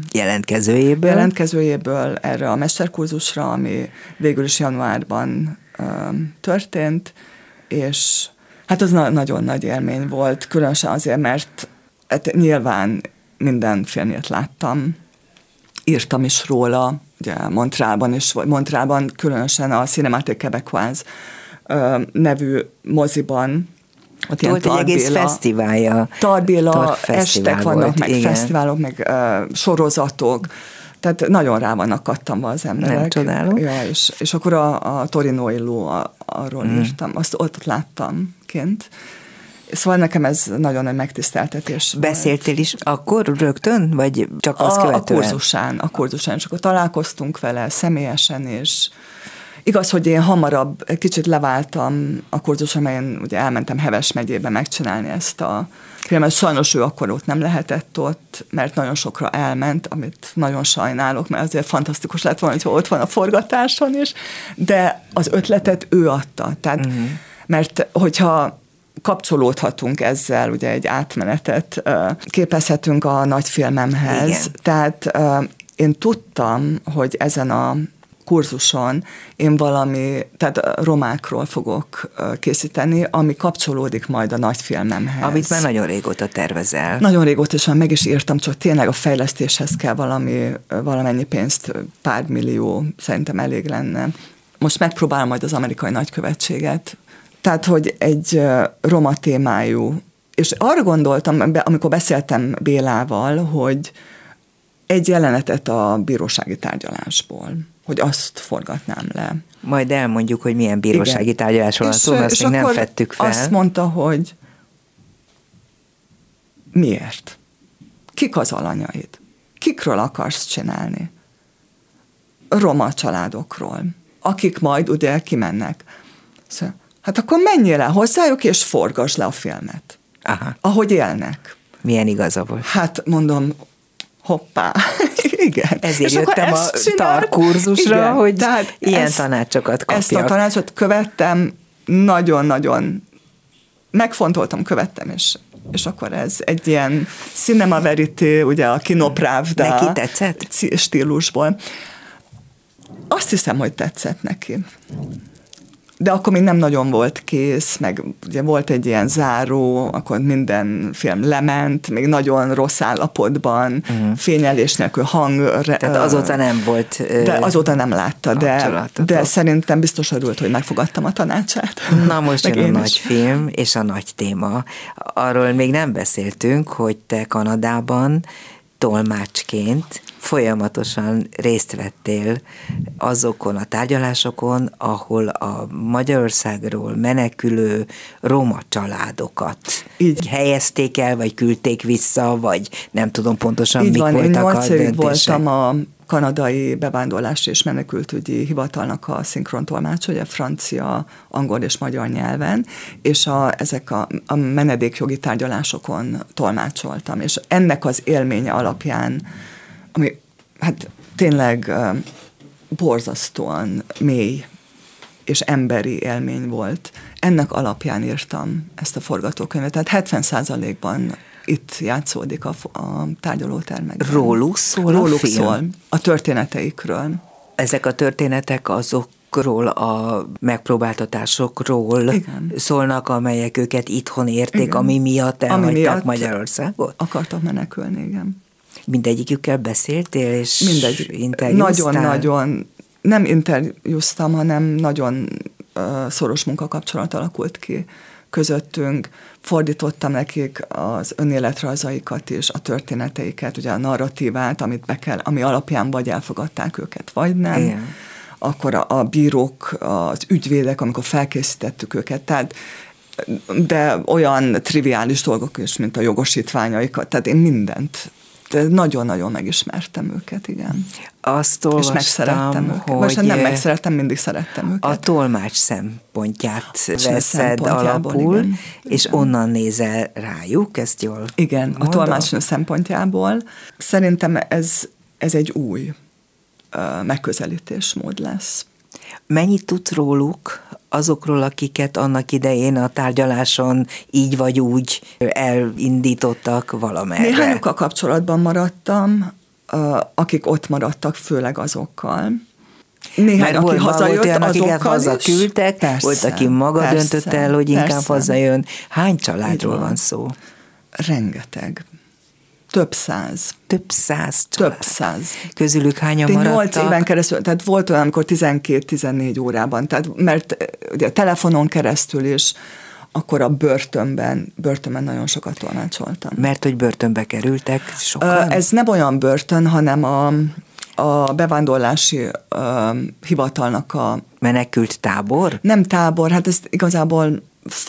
jelentkezőjéből erre a mesterkurzusra, ami végül is januárban történt, és hát az nagyon nagy élmény volt, különösen azért, mert hát nyilván minden filmjét láttam, írtam is róla, ugye Montrealban különösen a Cinémathèque Québécoise nevű moziban. Ott volt egy egész fesztiválja. Tarbéla estek vannak, volt, meg igen. Fesztiválok, meg sorozatok. Tehát nagyon rá vannak kattanva az emberek. Nem csodálom. Ja, és akkor a Torinói ló, arról írtam. Azt ott láttam kint. Szóval nekem ez nagyon nagy megtiszteltetés. Beszéltél is akkor rögtön, vagy csak azt követően? A kurzusán, és akkor találkoztunk vele személyesen, és igaz, hogy én hamarabb egy kicsit leváltam a kurzuson, amelyen ugye elmentem Heves megyébe megcsinálni ezt a filmet. Sajnos ő akkor ott nem lehetett ott, mert nagyon sokra elment, amit nagyon sajnálok, mert azért fantasztikus lett volna, hogy ott van a forgatáson is, de az ötletet ő adta. Tehát, mert hogyha kapcsolódhatunk ezzel, ugye egy átmenetet képezhetünk a nagyfilmemhez. Igen. Tehát én tudtam, hogy ezen a kurzuson én tehát romákról fogok készíteni, ami kapcsolódik majd a nagyfilmemhez. Amit már nagyon régóta tervezel. Nagyon régóta, és már meg is írtam, csak tényleg a fejlesztéshez kell valamennyi pénzt, pár millió, szerintem elég lenne. Most megpróbálom majd az amerikai nagykövetséget. Tehát, hogy egy roma témájú, és arra gondoltam, amikor beszéltem Bélával, hogy egy jelenetet a bírósági tárgyalásból, hogy azt forgatnám le. Majd elmondjuk, hogy milyen bírósági tárgyalásról van szó, azt még nem fettük fel. Azt mondta, hogy miért? Kik az alanyaid? Kikről akarsz csinálni? Roma családokról, akik majd ugye kimennek. Szóval, hát akkor menjél el hozzájuk, és forgass le a filmet. Aha. Ahogy élnek. Milyen igaza volt? Hát mondom, hoppá, igen. Ezért és jöttem a tarkurzusra, igen, hogy tehát ilyen tanácsokat kapjak. Ezt a tanácsot követtem, nagyon-nagyon megfontoltam, követtem, és akkor ez egy ilyen cinema verité, ugye a kinopravda. Neki tetszett? Stílusból. Azt hiszem, hogy tetszett neki. De akkor még nem nagyon volt kész, meg ugye volt egy ilyen záró, akkor minden film lement, még nagyon rossz állapotban, fényelés nélkül, hang. Tehát azóta nem volt. De azóta nem látta, de szerintem biztos örült, hogy megfogadtam a tanácsát. Na most jön a nagy film és a nagy téma. Arról még nem beszéltünk, hogy te Kanadában tolmácsként folyamatosan részt vettél azokon a tárgyalásokon, ahol a Magyarországról menekülő roma családokat így helyezték el, vagy küldték vissza, vagy nem tudom pontosan, így mik van, voltak a döntések. Én 8 évig voltam a kanadai bevándorlási és menekültügyi hivatalnak a szinkrontolmács, ugye francia, angol és magyar nyelven, és ezek a menedékjogi tárgyalásokon tolmácsoltam, és ennek az élménye alapján, ami hát tényleg borzasztóan mély és emberi élmény volt, ennek alapján írtam ezt a forgatókönyvet, tehát 70%-ban itt játszódik a tárgyalótermekben. Róluk szól a film? Szól, a történeteikről. Ezek a történetek azokról a megpróbáltatásokról igen. szólnak, amelyek őket itthon érték, igen. ami miatt elhagyták Magyarországot? Akartak menekülni, igen. Mindegyikükkel beszéltél, és interjúztál? Nagyon-nagyon, nem interjúztam, hanem nagyon szoros munkakapcsolat alakult ki közöttünk. Fordítottam nekik az önéletrajzaikat és a történeteiket, ugye a narratívát, ami alapján vagy elfogadták őket, vagy nem. Igen. Akkor a bírók, az ügyvédek, amikor felkészítettük őket, tehát de olyan triviális dolgok is, mint a jogosítványaikat, tehát én mindent, de nagyon-nagyon megismertem őket, igen. Azt olvastam, és megszerettem őket. Most nem megszerettem, mindig szerettem őket. A tolmács szempontját veszed alapul, igen, és igen. onnan nézel rájuk, ezt jól igen, mondom? A tolmácsnő szempontjából. Szerintem ez egy új megközelítésmód lesz. Mennyit tudsz róluk, azokról, akiket annak idején a tárgyaláson így vagy úgy elindítottak valamerre? Néhányokkal kapcsolatban maradtam, akik ott maradtak, főleg azokkal. Néhány, aki hazajött, olyan, azokkal hazaküldtek, persze, volt, aki maga döntött el, hogy inkább hazajön. Hány családról van szó? Rengeteg. Több száz. Több száz család. Több száz. Közülük hányan maradtak? 8 éven keresztül, tehát volt olyan, amikor 12-14 órában, tehát, mert ugye telefonon keresztül is, akkor a börtönben nagyon sokat tolmácsoltam. Mert hogy börtönbe kerültek sokan? Ez nem olyan börtön, hanem a bevándorlási hivatalnak a... Menekült tábor? Nem tábor, hát ez igazából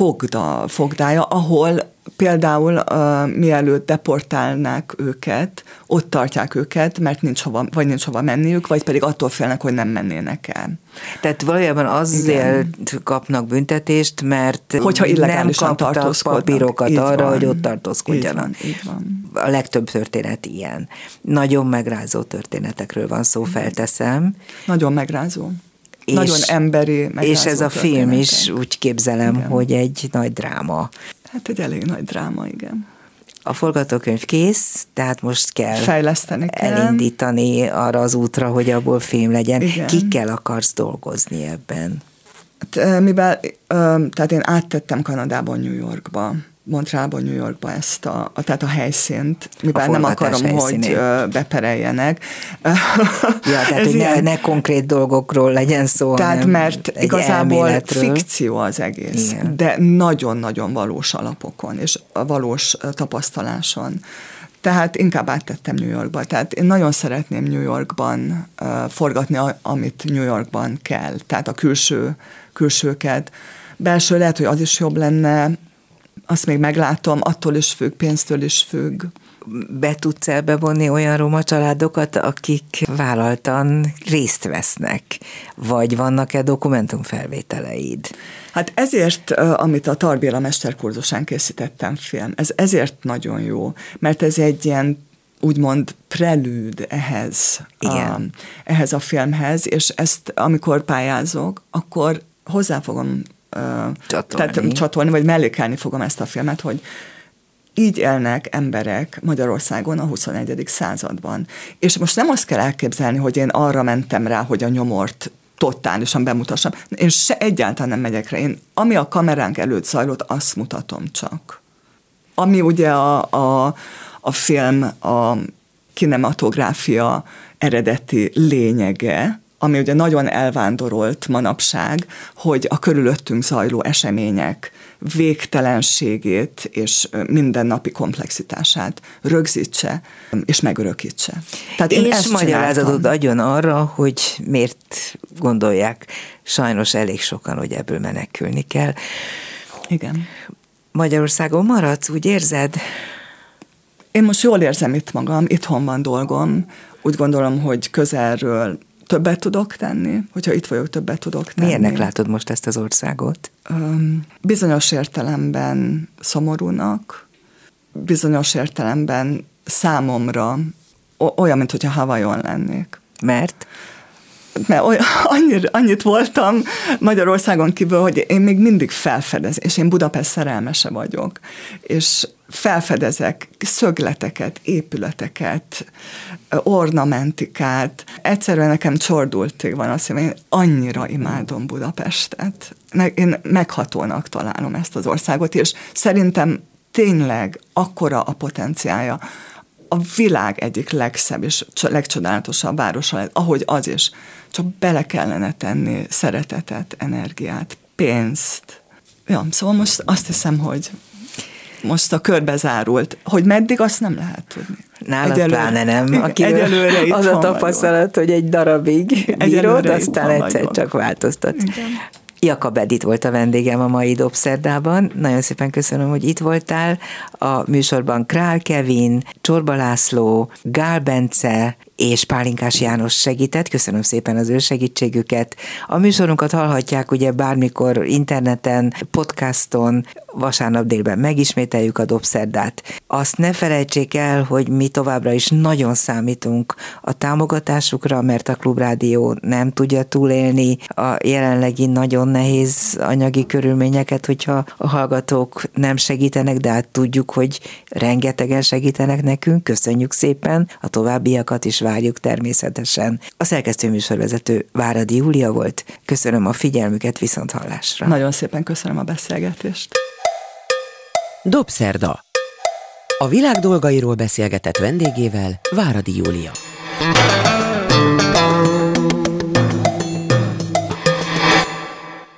fogdája, ahol például mielőtt deportálnák őket, ott tartják őket, mert nincs hova menniük, vagy pedig attól félnek, hogy nem mennének el. Tehát valójában azért kapnak büntetést, mert hogyha nem kaptak papírokat így arra, hogy ott tartózkodjanak. Így van. A legtöbb történet ilyen. Nagyon megrázó történetekről van szó, felteszem. Nagyon megrázó. Nagyon emberi, és ez a film is úgy képzelem, igen. hogy egy nagy dráma. Hát egy elég nagy dráma, igen. A forgatókönyv kész, tehát most kell fejleszteni kell. Elindítani arra az útra, hogy abból film legyen. Igen. Kikkel akarsz dolgozni ebben? Mivel, tehát én áttettem Kanadából New Yorkba, Montrealból New Yorkba tehát a helyszínt, mivel nem akarom, helyszínén. Hogy bepereljenek. Tehát hogy ne konkrét dolgokról legyen szó, tehát mert igazából fikció az egész, igen. De nagyon-nagyon valós alapokon, és a valós tapasztaláson. Tehát inkább áttettem New Yorkba. Tehát én nagyon szeretném New Yorkban forgatni, amit New Yorkban kell. Tehát a külsőket. Belső lehet, hogy az is jobb lenne, azt még meglátom, attól is függ, pénztől is függ. Be tudsz elbevonni olyan roma családokat, akik vállaltan részt vesznek? Vagy vannak-e dokumentumfelvételeid? Hát ezért, amit a Tar Béla mesterkurzusán készítettem film, ez ezért nagyon jó, mert ez egy ilyen úgymond prelűd ehhez a filmhez, és ezt amikor pályázok, akkor hozzá fogom csatolni, vagy mellékelni fogom ezt a filmet, hogy így élnek emberek Magyarországon a 21. században. És most nem azt kell elképzelni, hogy én arra mentem rá, hogy a nyomort totálisan bemutassam. Én egyáltalán nem megyek rá. Én, ami a kameránk előtt zajlott, azt mutatom csak. Ami ugye a film, a kinematográfia eredeti lényege, ami ugye nagyon elvándorolt manapság, hogy a körülöttünk zajló események végtelenségét és mindennapi komplexitását rögzítse és megörökítse. Tehát és magyarázatot adjon arra, hogy miért gondolják sajnos elég sokan, hogy ebből menekülni kell. Igen. Magyarországon maradsz, úgy érzed? Én most jól érzem itt magam, itthon van dolgom. Úgy gondolom, hogy közelről többet tudok tenni, hogyha itt vagyok, többet tudok tenni. Milyennek látod most ezt az országot? Bizonyos értelemben szomorúnak, bizonyos értelemben számomra olyan, mint hogyha Hawaiion lennék. Mert annyit voltam Magyarországon kívül, hogy én még mindig felfedezem, és én Budapest szerelmese vagyok, és felfedezek szögleteket, épületeket, ornamentikát. Egyszerűen nekem csordultig van azt, hogy én annyira imádom Budapestet. Én meghatónak találom ezt az országot, és szerintem tényleg akkora a potenciálja, a világ egyik legszebb és legcsodálatosabb városa, ahogy az is. Csak bele kellene tenni szeretetet, energiát, pénzt. Ja, szóval most azt hiszem, hogy most a körbe zárult. Hogy meddig, azt nem lehet tudni. Nálad pláne nem. Akiről az a tapasztalat, hogy egy darabig bírod, aztán egyszer csak változtat. Igen. Jakab Edith volt a vendégem a mai Dobszerdában. Nagyon szépen köszönöm, hogy itt voltál. A műsorban Král Kevin, Csorba László, Gál Bence és Pálinkás János segített. Köszönöm szépen az ő segítségüket. A műsorunkat hallhatják ugye bármikor interneten, podcaston, vasárnap délben megismételjük a Dobszerdát. Azt ne felejtsék el, hogy mi továbbra is nagyon számítunk a támogatásukra, mert a Klubrádió nem tudja túlélni a jelenlegi nagyon nehéz anyagi körülményeket, hogyha a hallgatók nem segítenek, de hát tudjuk, hogy rengetegen segítenek nekünk. Köszönjük szépen, a továbbiakat is várjuk természetesen. A szerkesztő műsorvezető Váradi Júlia volt. Köszönöm a figyelmüket, viszonthallásra. Nagyon szépen köszönöm a beszélgetést. Dobszerda. A világ dolgairól beszélgetett vendégével Váradi Júlia.